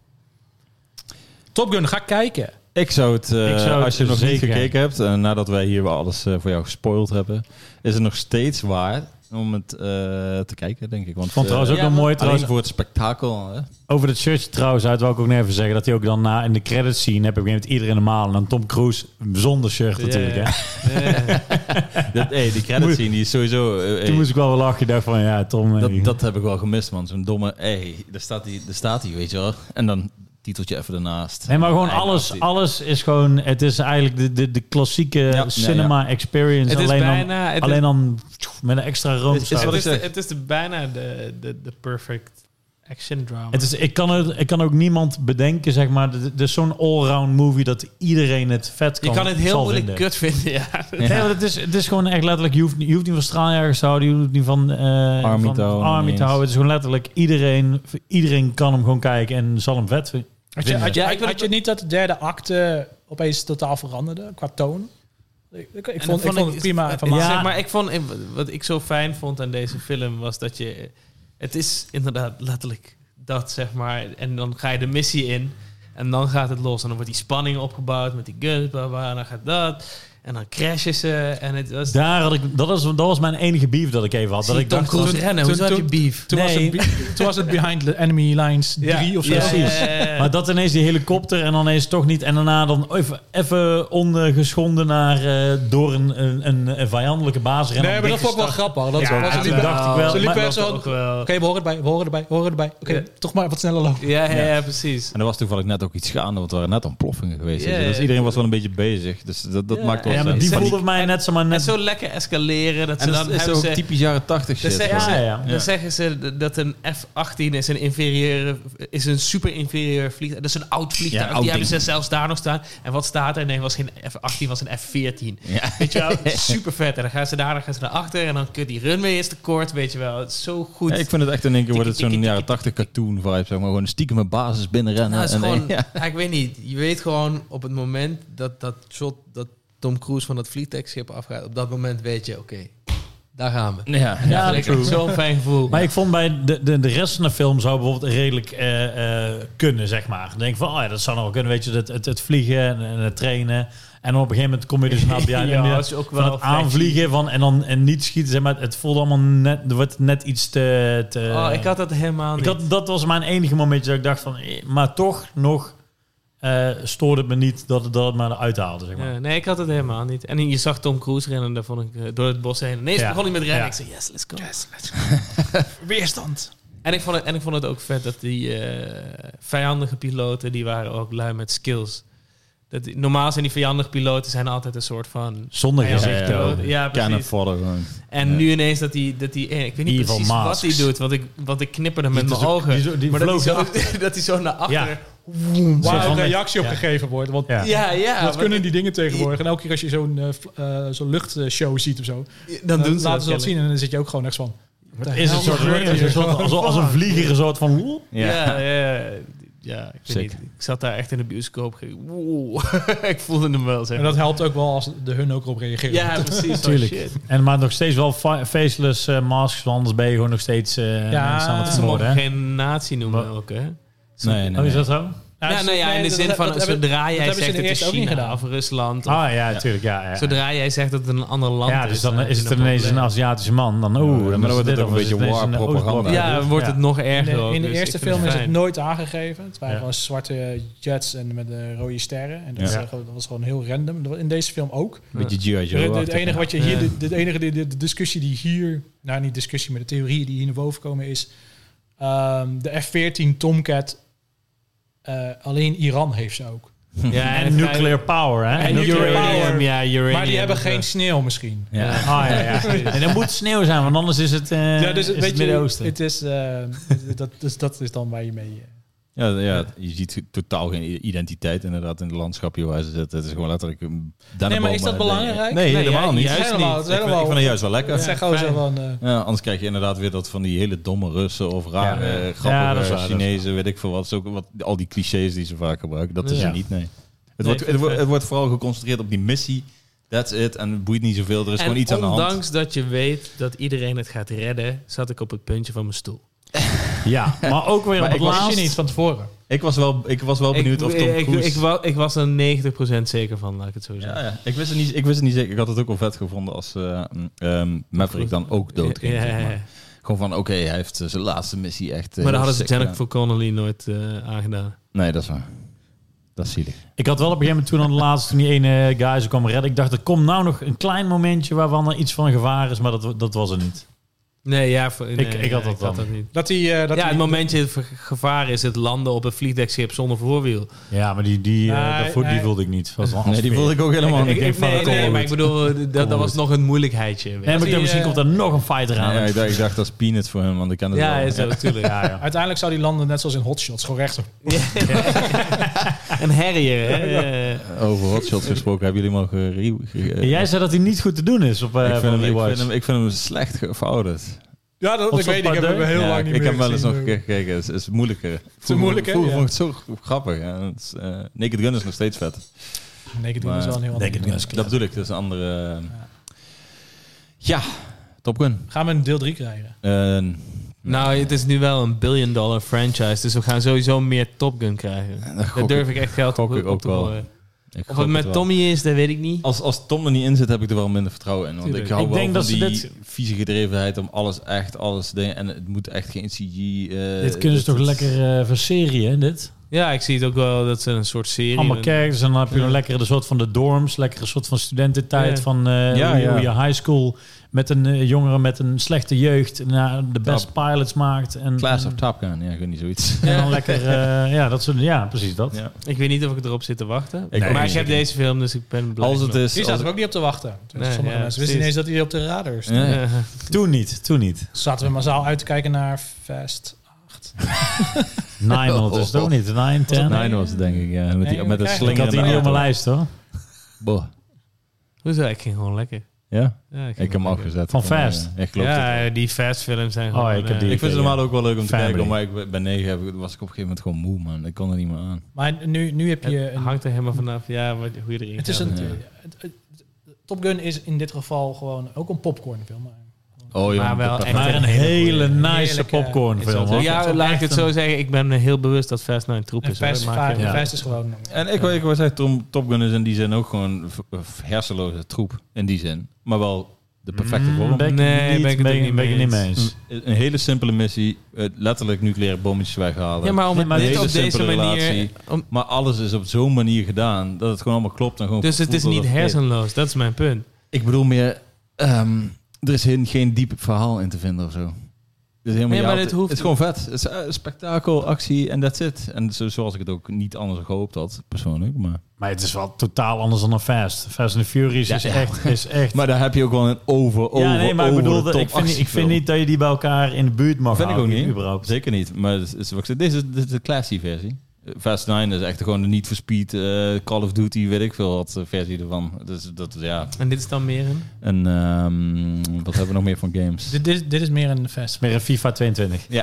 Top Gun, ga kijken. Ik zou het, uh, Ik zou het als je nog zeker. niet gekeken hebt, uh, nadat wij hier wel alles uh, voor jou gespoild hebben, is het nog steeds waar om het uh, te kijken, denk ik. Want Ik vond uh, trouwens ook ja, nog maar mooi... alleen Trouwens, voor het spektakel. Hè? over het shirtje trouwens uit wil ik ook nog even zeggen... dat hij ook dan na in de credits scene... heb ik met iedereen normaal... en dan Tom Cruise zonder shirt Ja, natuurlijk. ja. Hè. Ja. Dat, hey, die credits scene, die is sowieso... uh, hey, Toen moest ik wel wel lachen. Ik dacht van ja, Tom... eh, dat, dat heb ik wel gemist, man. Zo'n domme... Hey, daar staat hij, daar staat hij, weet je wel. En dan titeltje even ernaast. Nee, maar gewoon Nee, alles, nou, alles is gewoon... Het is eigenlijk de, de, de klassieke ja, cinema experience. Het is alleen bijna... dan, het alleen is- dan met een extra Is- is roomsaus. wat het, ik is de, zeg. het is de, bijna de, de, de perfect action drama. Het is, ik, kan het, ik kan ook niemand bedenken, zeg maar. Het is zo'n allround movie dat iedereen het vet kan je kan het heel zal moeilijk vinden. kut vinden, ja. Nee, want het is, het is gewoon echt letterlijk... Je hoeft, je hoeft niet van straaljagers te houden. Je hoeft niet van, uh, Army van te houden, Army niet te eens. houden. Het is gewoon letterlijk... Iedereen, iedereen kan hem gewoon kijken en zal hem vet vinden. Had je, had je, Ja, ik had, wil had je niet dat de derde acte opeens totaal veranderde qua toon? Ik, ik, ik En vond, dan ik vond het prima. Ja, vermaak. zeg maar, ik vond, wat ik zo fijn vond aan deze film was dat je... Het is inderdaad letterlijk dat, zeg maar. En dan ga je de missie in en dan gaat het los. En dan wordt die spanning opgebouwd met die guns, bla, bla, en dan gaat dat. En dan crashen ze en het was... Daar had ik, dat, was, dat was mijn enige beef dat ik even had. Zie Dat ik Tom dacht, Cruise toen- rennen, toen- hoezo heb je toen- beef? Toen, was Nee. het, be- toen was het Behind the Enemy Lines drie of zo. Ja, precies. Ja. maar dat ineens die helikopter en dan ineens toch niet. En daarna dan even, even ondergeschonden naar uh, door een, een, een, een vijandelijke basis. rennen. Nee, maar dat Dikke vond ik wel stad. grappig. Dat Ja, was, en ze toen liepen- dacht ik wel, Ze liepen maar- echt zo... ook wel. Oké, we horen erbij, we horen erbij, we horen erbij. Oké, Ja. toch maar wat sneller lopen. Ja, ja, ja, Ja. precies. En er was toevallig net ook iets gaande, want er waren net ontploffingen geweest. Ja, weet je. Dus ja. iedereen was wel een beetje bezig. Dus dat, dat Ja. maakt wel Ja, maar sens. die Van voelde die- mij net zomaar En net... zo lekker escaleren dat ze En dan dat is hebben ook ze... typisch jaren tachtig Dan shit. zeggen, ze, Ja, ja. dan zeggen ze dat een F achttien is een inferieur, is een super inferieur vliegtuig. Dat is een oud vliegtuig. Ja, oud Die hebben ding. ze zelfs daar nog staan. En wat staat er? Nee, het was geen F achttien, was een F veertien. Ja. Weet je wel? Super vet. En dan gaan ze daar, dan gaan ze naar achter. En dan kun die runway is te kort, weet je wel. Het is zo goed. Ja, ik vind het echt in één keer wordt het Tikkie, zo'n tikkie, jaren tachtig cartoon vibe, zeg maar. Gewoon stiekem een basis binnenrennen. Nou, het is en gewoon, ja. ja, ik weet niet. Je weet gewoon op het moment dat dat shot, dat Tom Cruise van dat vliegtuigschip afgaat, op dat moment weet je, oké, daar gaan we. Ja, Ja, dat true. is zo'n fijn gevoel. Maar ik vond bij de, de, de rest van de film zou bijvoorbeeld redelijk eh, eh, kunnen, zeg maar. Dan denk ik van, oh ja, dat zou nog wel kunnen. Weet je, het, het, het vliegen en, en het trainen. En op een gegeven moment kom je dus naar Ja, ja, dat is ook wel van het flashy. aanvliegen van, en dan en niet schieten. Zeg maar, het voelde allemaal net, er wordt net iets te... te oh, ik had dat helemaal ik niet. had, dat was mijn enige momentje dat ik dacht van, eh, maar toch nog eh, stoorde het me niet dat het, dat het me eruit haalde, zeg maar. Ja, nee, ik had het helemaal niet. En je zag Tom Cruise rennen, daar vond ik eh, door het bos heen. Nee, ze Ja. begon hij met rennen. Ja. Ik zei, yes, let's go. Weerstand. En ik vond het, en ik vond het ook vet dat die eh, vijandige piloten, die waren ook lui met skills. Dat die- normaal zijn die vijandige piloten zijn altijd een soort van... Zonder Ja, gezicht. ja, ook. ja. Ja, Cannon precies. fodder gewoon. En Ja. nu ineens dat hij... Dat die, eh, ik weet niet Evil precies masks. wat hij doet, want ik, want ik knipperde met Die mijn is ook- ogen. die zo- die maar dat hij, vloog zo, dat hij zo naar achter... Ja. Waar Zo een van- reactie op ja. gegeven wordt. Want Ja. Ja, ja. dat wat- kunnen die dingen tegenwoordig. En elke keer als je zo'n eh, v- eh, zo'n luchtshow ziet of zo, Dan doen ze laten ze dat kennelijk. zien en dan zit je ook gewoon echt van... wat de Is hel het soort, gebeurt is hier? een soort als, als een vlieger, een soort van... Ja. Ja, ja, ja. Ja, ik weet Sick. niet. Ik zat daar echt in de bioscoop. ge- Wow. Ik voelde hem wel, zeg En maar. dat helpt ook wel als de hun ook erop reageren. Ja, precies. Oh, Tuurlijk. shit. En maar nog steeds wel fa- faceless eh, masks, want anders ben je gewoon nog steeds uh, Ja, mensen aan het ze Ze vermoorden. mogen hè? geen nazi noemen Wat? ook, hè? Nee, nee, Oh, is nee. dat zo? Nou, Ja, nou ja, in de dat- zin dat- van, dat hebben- zodra dat jij hebben ze zegt in de het is eerste ook niet China gedaan. of Rusland, of, Ah ja, natuurlijk. Ja, ja. zodra jij zegt dat het een ander land ja, is... dus dan heb is je het een ineens een probleem. Aziatische man. Dan, oeh, Ja, dan, maar dan is wordt het dit, ook een of is beetje ineens een war-propaganda. Oostblok. Ja, dan wordt Ja. het nog In erger de, ook, in de dus eerste ik vind film is het fijn. nooit aangegeven. Het waren Ja. gewoon zwarte jets en met de rode sterren. En dat, Ja. is gewoon- dat was gewoon heel random. In deze film ook. Een beetje G I. Het Joe. het enige wat je hier, Ja. de, de enige de, de, de discussie die hier, nou niet discussie, maar de theorieën die hier naar boven komen is, ehm, de F veertien Tomcat, uh, alleen Iran heeft ze ook. Ja, En nuclear power, hè? En nuclear uranium, power. ja, uranium. Maar die hebben dat, geen eh, sneeuw misschien. Ja. Ah, ja, ja. En er moet sneeuw zijn, want anders is het, uh, Ja, dus is weet het je, Midden-Oosten. het is, uh, dat, dus dat is dan waar je mee... Uh, Ja, ja, je ziet totaal geen identiteit inderdaad in het landschapje waar ze zitten. Het is gewoon letterlijk een Nee, maar is dat belangrijk? Nee, Nee, helemaal ja, niet. juist helemaal, niet. het is Ik vind, ik helemaal, vind het juist wel lekker. het Ja. zijn gewoon zo fijn. van... Uh, anders krijg je inderdaad weer dat van die hele domme Russen of rare, Ja. eh, Ja, grappige dat is waar, dat is Chinezen, weet ik veel wat. Is ook wat. Al die clichés die ze vaak gebruiken, dat is Ja. er niet, nee. Het, Nee, wordt, ik het, vind wordt, het het wordt vooral geconcentreerd op die missie. That's it. En het boeit niet zoveel. Er is en gewoon iets aan de hand. ondanks dat je weet dat iedereen het gaat redden, zat ik op het puntje van mijn stoel. Ja, maar ook weer Maar op ik het was- wist laatst. je niet van tevoren. Ik was wel, ik was wel benieuwd ik, of Tom ik, Cruise... ik, wa- ik was er negentig procent zeker van, laat ik het zo zeggen. Ja, ja. Ik, wist het niet, ik wist het niet zeker. Ik had het ook wel vet gevonden als uh, um, Maverick dan ook dood ging. Ja, ja, zeg ja. maar. Gewoon van, oké, hij heeft uh, zijn laatste missie echt... Uh, Maar daar hadden ze sick Jennifer gedaan. Connelly nooit uh, aangedaan. Nee, dat is waar. Dat is zielig. Ik had wel op een gegeven moment toen aan de laatste, toen die ene guy ze kwam redden. Ik dacht, er komt nou nog een klein momentje waarvan er iets van gevaar is, maar dat, dat was er niet. Nee, ja, voor, nee, Ik- ik had dat had wel. dat niet. Dat die, uh, dat Ja, die, het momentje het gevaar is het landen op een vliegdekschip zonder voorwiel. Ja, maar die, die, uh, Nee, daarvoor, die nee. voelde ik niet. Was wel Nee, die voelde ik ook helemaal Ik, niet. ik, denk van, nee, dat komt nee, wel maar ik goed. bedoel, dat, dat wel was goed. nog een moeilijkheidje. weet je. Nee, maar ik dacht, die, misschien uh, komt er nog een fighter aan. Ja, ik, dacht, ik dacht dat is peanuts voor hem, want ik ken het Ja, wel. is zo, natuurlijk. Ja, ja. uiteindelijk zou die landen net zoals in Hot Shots, gewoon recht op. Een herrier, hè? Over hotshots gesproken, hebben jullie hem al gere... ge- En jij zei dat hij niet goed te doen is op uh, ik, vind van hem, ik, Rewatch. vind hem, ik vind hem slecht gefouderd. Ja, dat, Hot ik weet Shots niet. Ik heb Part hem heel Ja, lang ik niet ik meer heb wel eens gezien. nog een keer gekeken. Het is, het is moeilijker. Te Vroeger- moeilijk, hè? Vroeger Ja. vond ik het zo grappig. Ja. Het is, uh, Naked Gun is nog steeds vet. Naked Gun Maar- is wel een heel Naked ander Gun is ding. Dat bedoel ik, dat is een andere... uh, Ja, Top Gun. Gaan we een deel drie krijgen? Uh, Nou, het is nu wel een billion dollar franchise, dus we gaan sowieso meer Top Gun krijgen. daar Daar gok durf ik- ik echt geld gok op, ik op ook te wel. gooien. ik Of gok het met wel. Tommy is, dat weet ik niet. Als, als Tom er niet in zit, heb ik er wel minder vertrouwen in. Want Tuurlijk. ik hou Ik wel denk van dat ze die dit- vieze gedrevenheid om alles echt, alles... te- En het moet echt geen C G... Uh, dit kunnen ze toch lekker uh, verserien, hè, dit? Ja, ik zie het ook wel dat ze een soort serie... Allemaal een- characters en dan heb je Ja. een lekkere soort van de dorms, lekkere soort van studententijd Ja. van uh, Ja, hoe, je, ja. hoe je high school met een uh, jongere met een slechte jeugd nou, de best pilots maakt. En, Class en, of Top Gun, ja, ik weet niet zoiets. en dan lekker, uh, ja, dat soort, ja, precies dat. Ja. Ik weet niet of ik erop zit te wachten. Ik ook maar niet. ik heb deze film, dus ik ben blij. Als het mee. is... Die als zaten we ook niet op te wachten. Nee, Sommige ja, mensen wisten niet precies. eens dat hij op de radar is. Ja. Ja. Toen niet, toen niet. Zaten we massaal uit te kijken naar Fast acht. Nine ondertussen toch niet? Nine, ten. het Nine was het, denk ik, ja. Met, die, Nee, met we het krijgen- Ik slinger had die niet op mijn lijst hoor. Boah. Hoezo? Ik ging gewoon lekker. Ja? Ja, Ik heb hem gewoon afgezet. Van Gewoon, Fast? eh, Ik geloof het wel. Ja, die fast films zijn Oh, gewoon... ik heb eh, die- Ik vind het normaal ook wel leuk om te Family. kijken, maar ik, bij negen heb ik, was ik op een gegeven moment gewoon moe, man. Ik kon er niet meer aan. Maar nu, nu heb je... Het Een, hangt er helemaal vanaf ja, wat, hoe je erin het is gaat. een, Ja. het- het- Top Gun is in dit geval gewoon ook een popcornfilm. Maar Oh, Maar wel dat- echt Maar een een hele hele goeie. nice Heerlijke- popcornfilm hoor. Ja, Het is laat ik echt het zo zeggen. Ik ben heel bewust dat Fast nine troep en is. hoor. Fast, Maak vaak- je- Ja. Fast is gewoon... En ik wil ik wil zeggen, Tom, Top Gun is in die zin ook gewoon v- v- hersenloze troep. In die zin. Maar wel de perfecte vorm. Mm, ben ik Nee, niet, ben ik het ben ook ik- niet ben ik mee niet mee eens. eens. Een hele simpele missie. eh, Letterlijk nucleaire bommetjes weghalen. Ja, maar om Nee, het maar net een hele op deze simpele manier... relatie. om- Maar alles is op zo'n manier gedaan dat het gewoon allemaal klopt. En gewoon dus het is voelt niet alsof- hersenloos. Dat is mijn punt. Ik bedoel meer, ehm, er is geen, geen diep verhaal in te vinden of zo. Het is, helemaal Nee, niet maar altijd- dit hoeft- het is gewoon vet. Het is uh, spektakel, actie en that's it. En zo, zoals ik het ook niet anders gehoopt had, persoonlijk. Maar, Maar het is wel totaal anders dan een Fast. Fast and the Furious Ja, is, ja. echt, is echt... maar daar heb je ook wel een over, over, ja, nee, maar ik over bedoel, de top ik vind, ik vind actiefilm. niet dat je die bij elkaar in de buurt mag Vind ik ook houden, niet. überhaupt. Zeker niet. Maar het is, wat ik zeg, dit is, dit is de classy versie. Fast nine is echt gewoon de Need for Speed, eh, Call of Duty, weet ik veel wat eh, versie ervan. Dus dat is ja. En dit is dan meer een... En ehm, wat hebben we nog meer van games? Dit, dit, dit is meer een Fast. Meer een FIFA tweeëntwintig. Ja.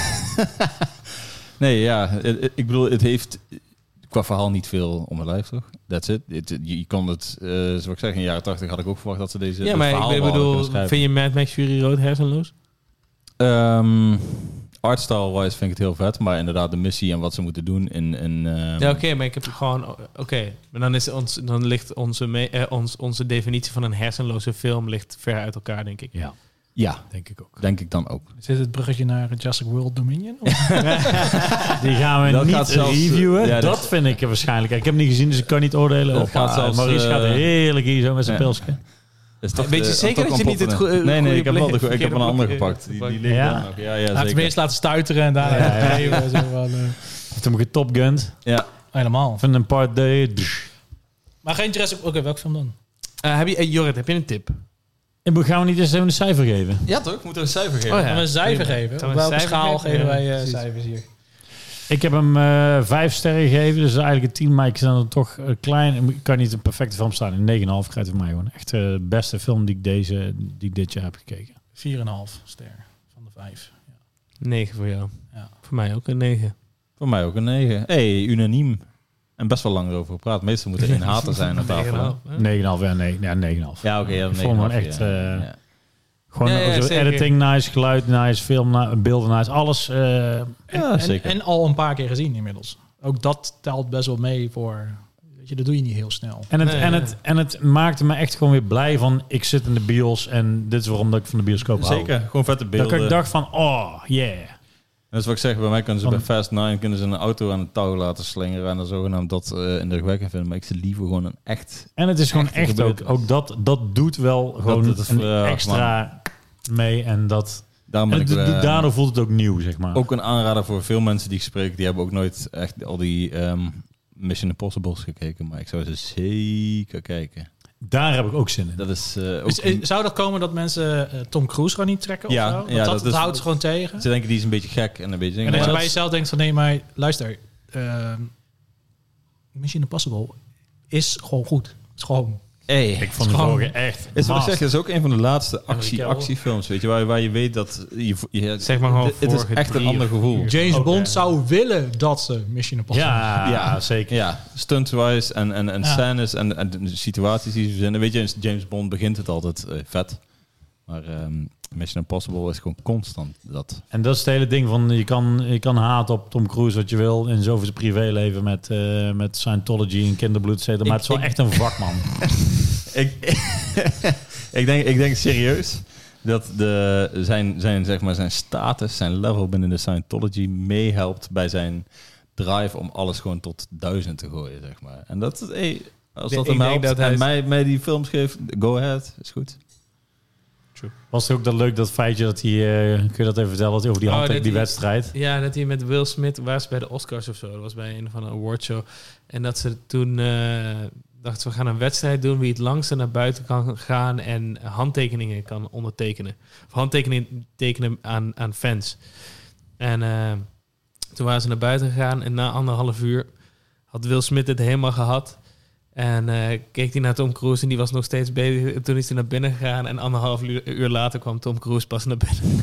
Nee, ja. het- het- Ik bedoel, het heeft qua verhaal niet veel om het lijf, toch? That's it. Het- je, je kon het, uh, zoals ik zeg, in de jaren tachtig had ik ook verwacht dat ze deze Ja, dit maar verhaal ik wel hadden bedoel, kunnen schrijven. vind je Mad Max Fury Road hersenloos? Ehm, artstyle-wise vind ik het heel vet. Maar inderdaad, de missie en wat ze moeten doen in... in um... Ja, oké, okay, maar ik heb gewoon... Oké, okay. Maar dan, is ons, dan ligt onze, me, eh, ons, onze definitie van een hersenloze film ligt ver uit elkaar, denk ik. Ja, ja, denk ik ook. Denk ik dan ook. Is dit het bruggetje naar Jurassic World Dominion? Die gaan we dat niet zelfs, reviewen. ja, dat dat vind ik waarschijnlijk. Ik heb niet gezien, dus ik kan niet oordelen. Dat Of, gaat uh, zelfs, Maurice uh, gaat heerlijk hier zo met zijn ja. pilsje. Is toch, Weet je uh, zeker dat je niet het goede... goe- Nee, nee, goede ik heb, wel de, blik- ik heb een andere blik- gepakt. Die, die ligt Ja? daar nog. Ja, ja, Hij heeft hem zeker. eerst laten stuiteren en daarna Ja, ja. gegeven. Zo van, uh, Heeft hem getopgunned. Ja. helemaal. Van een part day. Maar geen Jurassic... Oké, okay, welke film dan? Uh, heb je, uh, Jorrit, heb je een tip? En gaan we niet eens even een cijfer geven? Ja toch? Ik moet er een cijfer geven. Oh, ja. Gaan we een cijfer Prima. geven? Gaan Op we een welke cijfer schaal geven? geven Ja, wij uh, precies. cijfers hier? Ik heb hem uh, vijf sterren gegeven, dus eigenlijk een tien, maar ik sta er toch uh, klein. Ik kan niet een perfecte film staan. Een negen komma vijf krijgt voor mij gewoon. Echt de uh, beste film die ik, deze, die ik dit jaar heb gekeken. vier komma vijf ster van de vijf. Ja. negen voor jou. Ja. Voor mij ook een negen. Voor mij ook een negen. Hey, unaniem. En best wel lang erover gepraat. Meestal moet er één hater zijn op tafel. hè? negen komma vijf, ja, nee, ja, negen komma vijf. Ja, oké. Okay, ja, Ik vond hem echt... Uh, ja. Gewoon Ja, ja, zo zeker. editing nice, geluid nice, film nice, beelden nice, alles. Uh, En, Ja, en, zeker. en al een paar keer gezien inmiddels. Ook dat telt best wel mee voor... Weet je, dat doe je niet heel snel. en, het, Nee, en, nee. het, en het maakte me echt gewoon weer blij van... Ik zit in de bios en dit is waarom dat ik van de bioscoop hou. Zeker. Gewoon vette Dat beelden. ik dacht van, oh, yeah. Dat is wat ik zeg. Bij mij kunnen ze Van- bij Fast nine kunnen ze een auto aan het touw laten slingeren. En dan zogenaamd dat uh, indrukwekkend vinden. Maar ik zit liever gewoon een echt... En het is gewoon Echt echt ook, gebeurtenis. ook dat, dat doet wel gewoon het is, een uh, extra mee. En, dat, Daarom en ben ik... het- uh, daardoor voelt het ook nieuw, zeg maar. ook een aanrader voor veel mensen die ik spreek. Die hebben ook nooit echt al die um, Mission Impossibles gekeken. Maar ik zou ze zeker kijken. Daar heb ik ook zin in. Dat is uh, ook... Dus, eh, zou dat komen dat mensen uh, Tom Cruise gewoon niet trekken? Ja, of zo? Want ja, dat, dat dat is- houdt ze gewoon tegen. Ze denken die is een beetje gek en een beetje... En dat maar je dat bij is- jezelf denkt van... Nee, maar luister. Uh, Mission Impossible is gewoon goed. Het is gewoon... Hey, Ik vond de gewoon- vorige echt... is wat ik master. zeg, dat is ook een van de laatste actie, Michael. actiefilms, weet je, waar, waar je weet dat je, je Zeg maar gewoon het, het is vorige echt een drie ander of gevoel. vier. James Oké. Bond zou willen dat ze Mission Impossible... Ja, Ja. zeker. Ja, stunts-wise en, en, en Ja. scènes en, en de situaties die ze verzinnen. Weet je, in James Bond begint het altijd uh, vet. Maar um, Mission Impossible is gewoon constant dat. En dat is het hele ding van... Je kan, je kan haten op Tom Cruise wat je wil... in zoveel zijn privéleven met, uh, met Scientology en kinderbloed, et cetera. Maar Ik- het is wel ik- echt een vakman. ik, ik, denk, ik denk serieus dat de, zijn, zijn, zeg maar, zijn status, zijn level binnen de Scientology meehelpt bij zijn drive om alles gewoon tot duizend te gooien, zeg maar. En dat, hey, als Ik dat denk hem helpt dat hij en is- mij, mij die films geeft, go ahead, is goed. Was het ook dat leuk, dat feitje dat hij... Uh, kun je dat even vertellen, dat over die Oh, hand dat die hij- wedstrijd? Ja, dat hij met Will Smith was bij de Oscars of zo. Dat was bij een van een awardshow. En dat ze toen uh, dachten, we gaan een wedstrijd doen... wie het langste naar buiten kan gaan... en handtekeningen kan ondertekenen. Of handtekeningen tekenen aan, aan fans. En uh, toen waren ze naar buiten gegaan... en na anderhalf uur had Will Smith het helemaal gehad... En uh, keek hij naar Tom Cruise en die was nog steeds bezig. Toen is hij naar binnen gegaan en anderhalf uur, uur later kwam Tom Cruise pas naar binnen.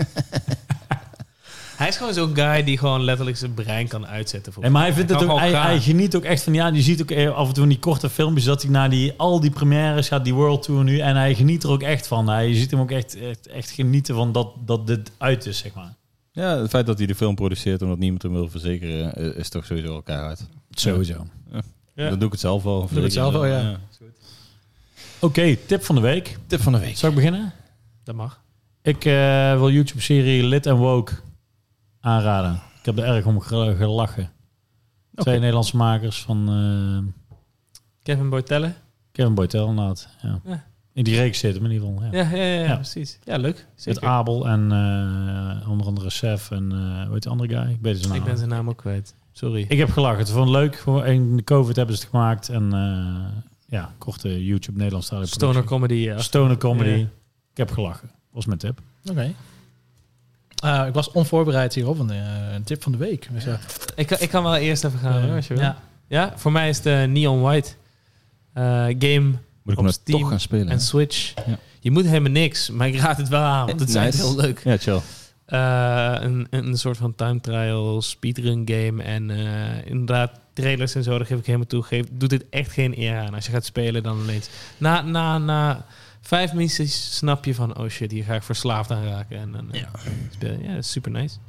Hij is gewoon zo'n guy die gewoon letterlijk zijn brein kan uitzetten. Voor En maar hij, vindt het kan ook, hij, gewoon hij gaan. geniet ook echt van... Ja, je ziet ook eh, af en toe in die korte filmpjes... dat hij naar die, al die premières gaat, die World Tour nu... en hij geniet er ook echt van. Hij, je ziet hem ook echt, echt, echt genieten van dat, dat dit uit is, zeg maar. Ja, het feit dat hij de film produceert omdat niemand hem wil verzekeren, is, is toch sowieso elkaar uit. Sowieso. Ja. Dan doe ik het zelf wel. Doe het zelf wel, ja. Oké, okay, tip van de week. Tip van de week. Zal ik beginnen? Dat mag. Ik uh, wil YouTube-serie Lit and Woke aanraden. Ik heb er erg om ge- gelachen. Okay. Twee Nederlandse makers van uh, Kevin Boitelle? Kevin Boytel, inderdaad. Ja. Ja. In die reeks zit hem in ieder geval. Ja. Ja, ja, ja, ja, Ja. precies. Ja, leuk. Met Zeker. Abel en uh, onder andere Sef en uh, hoe heet de andere guy? Ik weet zijn naam. Ik ben zijn naam ook kwijt. Sorry. Ik heb gelachen. Het vond ik leuk. Voor in de COVID hebben ze het gemaakt. En uh, ja, korte YouTube Nederlandstalige Stoner productie. comedy. Ja. Stoner comedy. Ja. Ik heb gelachen. Dat was mijn tip. Oké. Okay. Uh, ik was onvoorbereid hierop, want uh, een tip van de week. Dus, uh, Ik, kan- ik kan wel eerst even gaan, uh, hoor, als je wil. ja. Ja, voor mij is de Neon White uh, game Moet ik op hem nou Steam toch gaan spelen? en Switch. Ja. Je moet helemaal niks, maar ik raad het wel aan, want het is echt Nice. heel leuk. Ja, chill. Uh, een, een soort van time trial speedrun game. En uh, inderdaad, trailers en zo, daar geef ik helemaal toe. Geef, doet dit echt geen eer aan. Als je gaat spelen, dan ineens. Na, na, na vijf missies snap je van, oh shit, hier ga ik verslaafd aan raken. En dan uh, Ja. speel je. Ja, dat is super nice.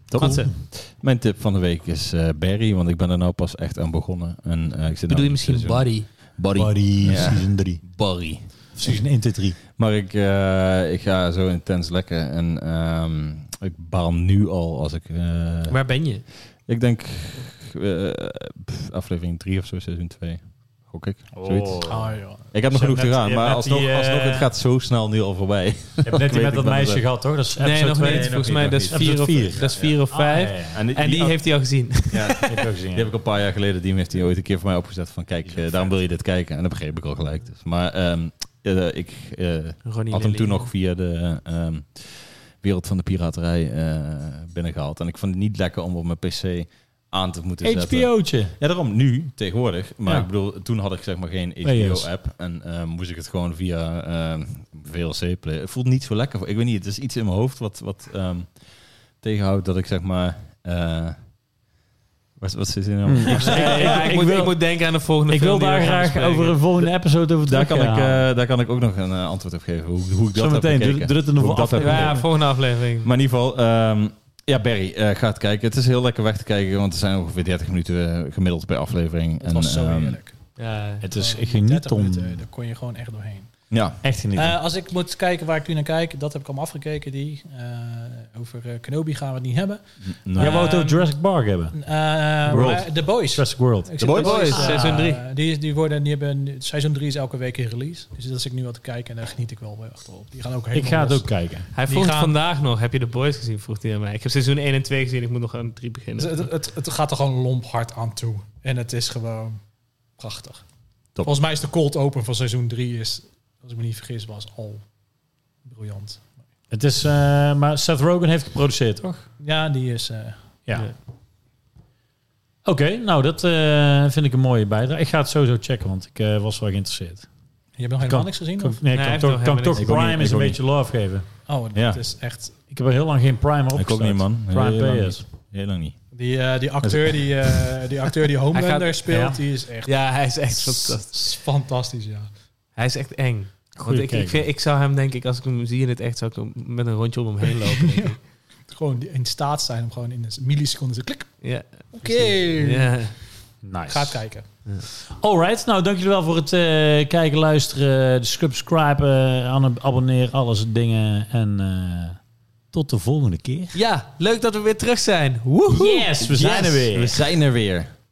Top. Matze, Mijn tip van de week is uh, Barry, want ik ben er nou pas echt aan begonnen. En, uh, ik zit bedoel nou je misschien seizoen- Buddy? Buddy. Buddy, Ja. season drie. Barry. Of season één, twee, drie. Maar ik, uh, ik ga zo intens lekker en um, ik baal nu al als ik... Uh, Waar ben je? ik denk uh, pff, aflevering drie of zo, seizoen twee. Gok ik, zoiets. Oh, ja. Ik heb nog Je genoeg hebt te net- gaan, je maar hebt alsnog, die, uh, alsnog, het gaat zo snel nu al voorbij. Je hebt net die weet met ik dat wel meisje dat- gehad, toch? Dat is Nee, episode nog twee. niet. nog Volgens niet, mij nog dat is niet. vier of, Episode vier. dat is vier of Ah, vijf. ja, ja, ja. En die, En die heeft hij al gezien. ja, Die heb ik ook gezien, die ja. heb ik een paar jaar geleden, die heeft hij ooit een keer voor mij opgezet van kijk, uh, daarom wil je dit kijken. En dat begreep ik al gelijk. Dus. Maar um, uh, ik uh, Ronnie had hem Lilly. toen nog via de um, wereld van de piraterij uh, binnengehaald. En ik vond het niet lekker om op mijn pc aan te moeten H B zetten. O'tje. Ja, daarom nu, tegenwoordig. Maar Ja. ik bedoel, toen had ik zeg maar geen Nee, H B yes. O-app. En uh, moest ik het gewoon via uh, V L C playen. Het voelt niet zo lekker. Ik weet niet, het is iets in mijn hoofd wat, wat um, tegenhoudt dat ik zeg maar... Uh, wat, wat zit er nou? Hmm. Ik- Ja, ja, ik, ik moet, wil- ik moet denken aan de volgende Ik film wil die we daar gaan graag bespreken. over een volgende episode over Daar kan, ik, teruggaan. uh, daar kan ik ook nog een uh, antwoord op geven. Hoe, hoe ik dat Zometeen, heb doe- gekeken. doe het in de Hoe ik dat heb aflevering. Ja, gekeken. volgende aflevering. Maar in ieder geval, um, ja, Barry, uh, ga het kijken. Het is heel lekker weg te kijken, want er zijn ongeveer dertig minuten uh, gemiddeld per aflevering. Dat was zo um, heerlijk. Ja. Het is, Gewoon ik ging niet dertig om... minuten, daar kon je gewoon echt doorheen. Ja, Echt genieten. Uh, als ik moet kijken waar ik nu naar kijk, dat heb ik allemaal afgekeken. Die. Uh, over uh, Kenobi gaan we het niet hebben. no. Jij wou het over Ehm, Jurassic Park hebben. Uh, World. maar The Boys. Jurassic World. Ik The zit- Boys, uh, seizoen drie. Die, die, worden, die hebben, seizoen drie is elke week een release. Dus dat zit ik nu al te kijken en daar geniet ik wel weer achterop. Die gaan ook helemaal Ik ga het los. ook kijken. Hij Die vroeg gaan- vandaag nog, heb je de Boys gezien? Vroeg hij aan mij. Ik heb seizoen één en twee gezien, ik moet nog aan drie beginnen. Het, het, het, het gaat er gewoon lomp hard aan toe. En het is gewoon prachtig. Top. Volgens mij is de cold open van seizoen drie is, als ik me niet vergis, was al briljant. Het is, uh, maar Seth Rogen heeft geproduceerd, toch? Ja, die is... Uh, Ja. Ja. Oké, nou dat uh, vind ik een mooie bijdrage. Ik ga het sowieso checken, want ik uh, was wel geïnteresseerd. je hebt nog helemaal Kan- niks gezien? Kan, Of? nee, Nee, hij kan, heeft toch, nog kan helemaal toch niks. Ik ook Prime niet, eens ik een ook beetje love geven. Oh, dat Ja. is echt... Ik heb er heel lang geen Prime opgestart. Ik ook niet, man. Prime Heel lang P niet. S. Heel lang niet. Die, uh, die, acteur die, uh, die acteur die Homelander Hij gaat- speelt, ja. die is echt Ja, hij is echt fantastisch. s- fantastisch, ja. Hij is echt eng. Want Goeie ik, ik, kijker. vind- ik zou hem, denk ik, als ik hem zie in het echt, zou ik hem met een rondje om hem heen lopen. Denk ik. Gewoon die in staat zijn om gewoon in een milliseconde te klik. Ja. Oké. Ja. Nice. Gaat kijken. Alright, nou dank jullie wel voor het uh, kijken, luisteren, de subscriben, uh, aan- abonneren, alles dingen. En uh, tot de volgende keer. ja, leuk dat we weer terug zijn. Woehoe! Yes, we zijn er weer. We zijn er weer.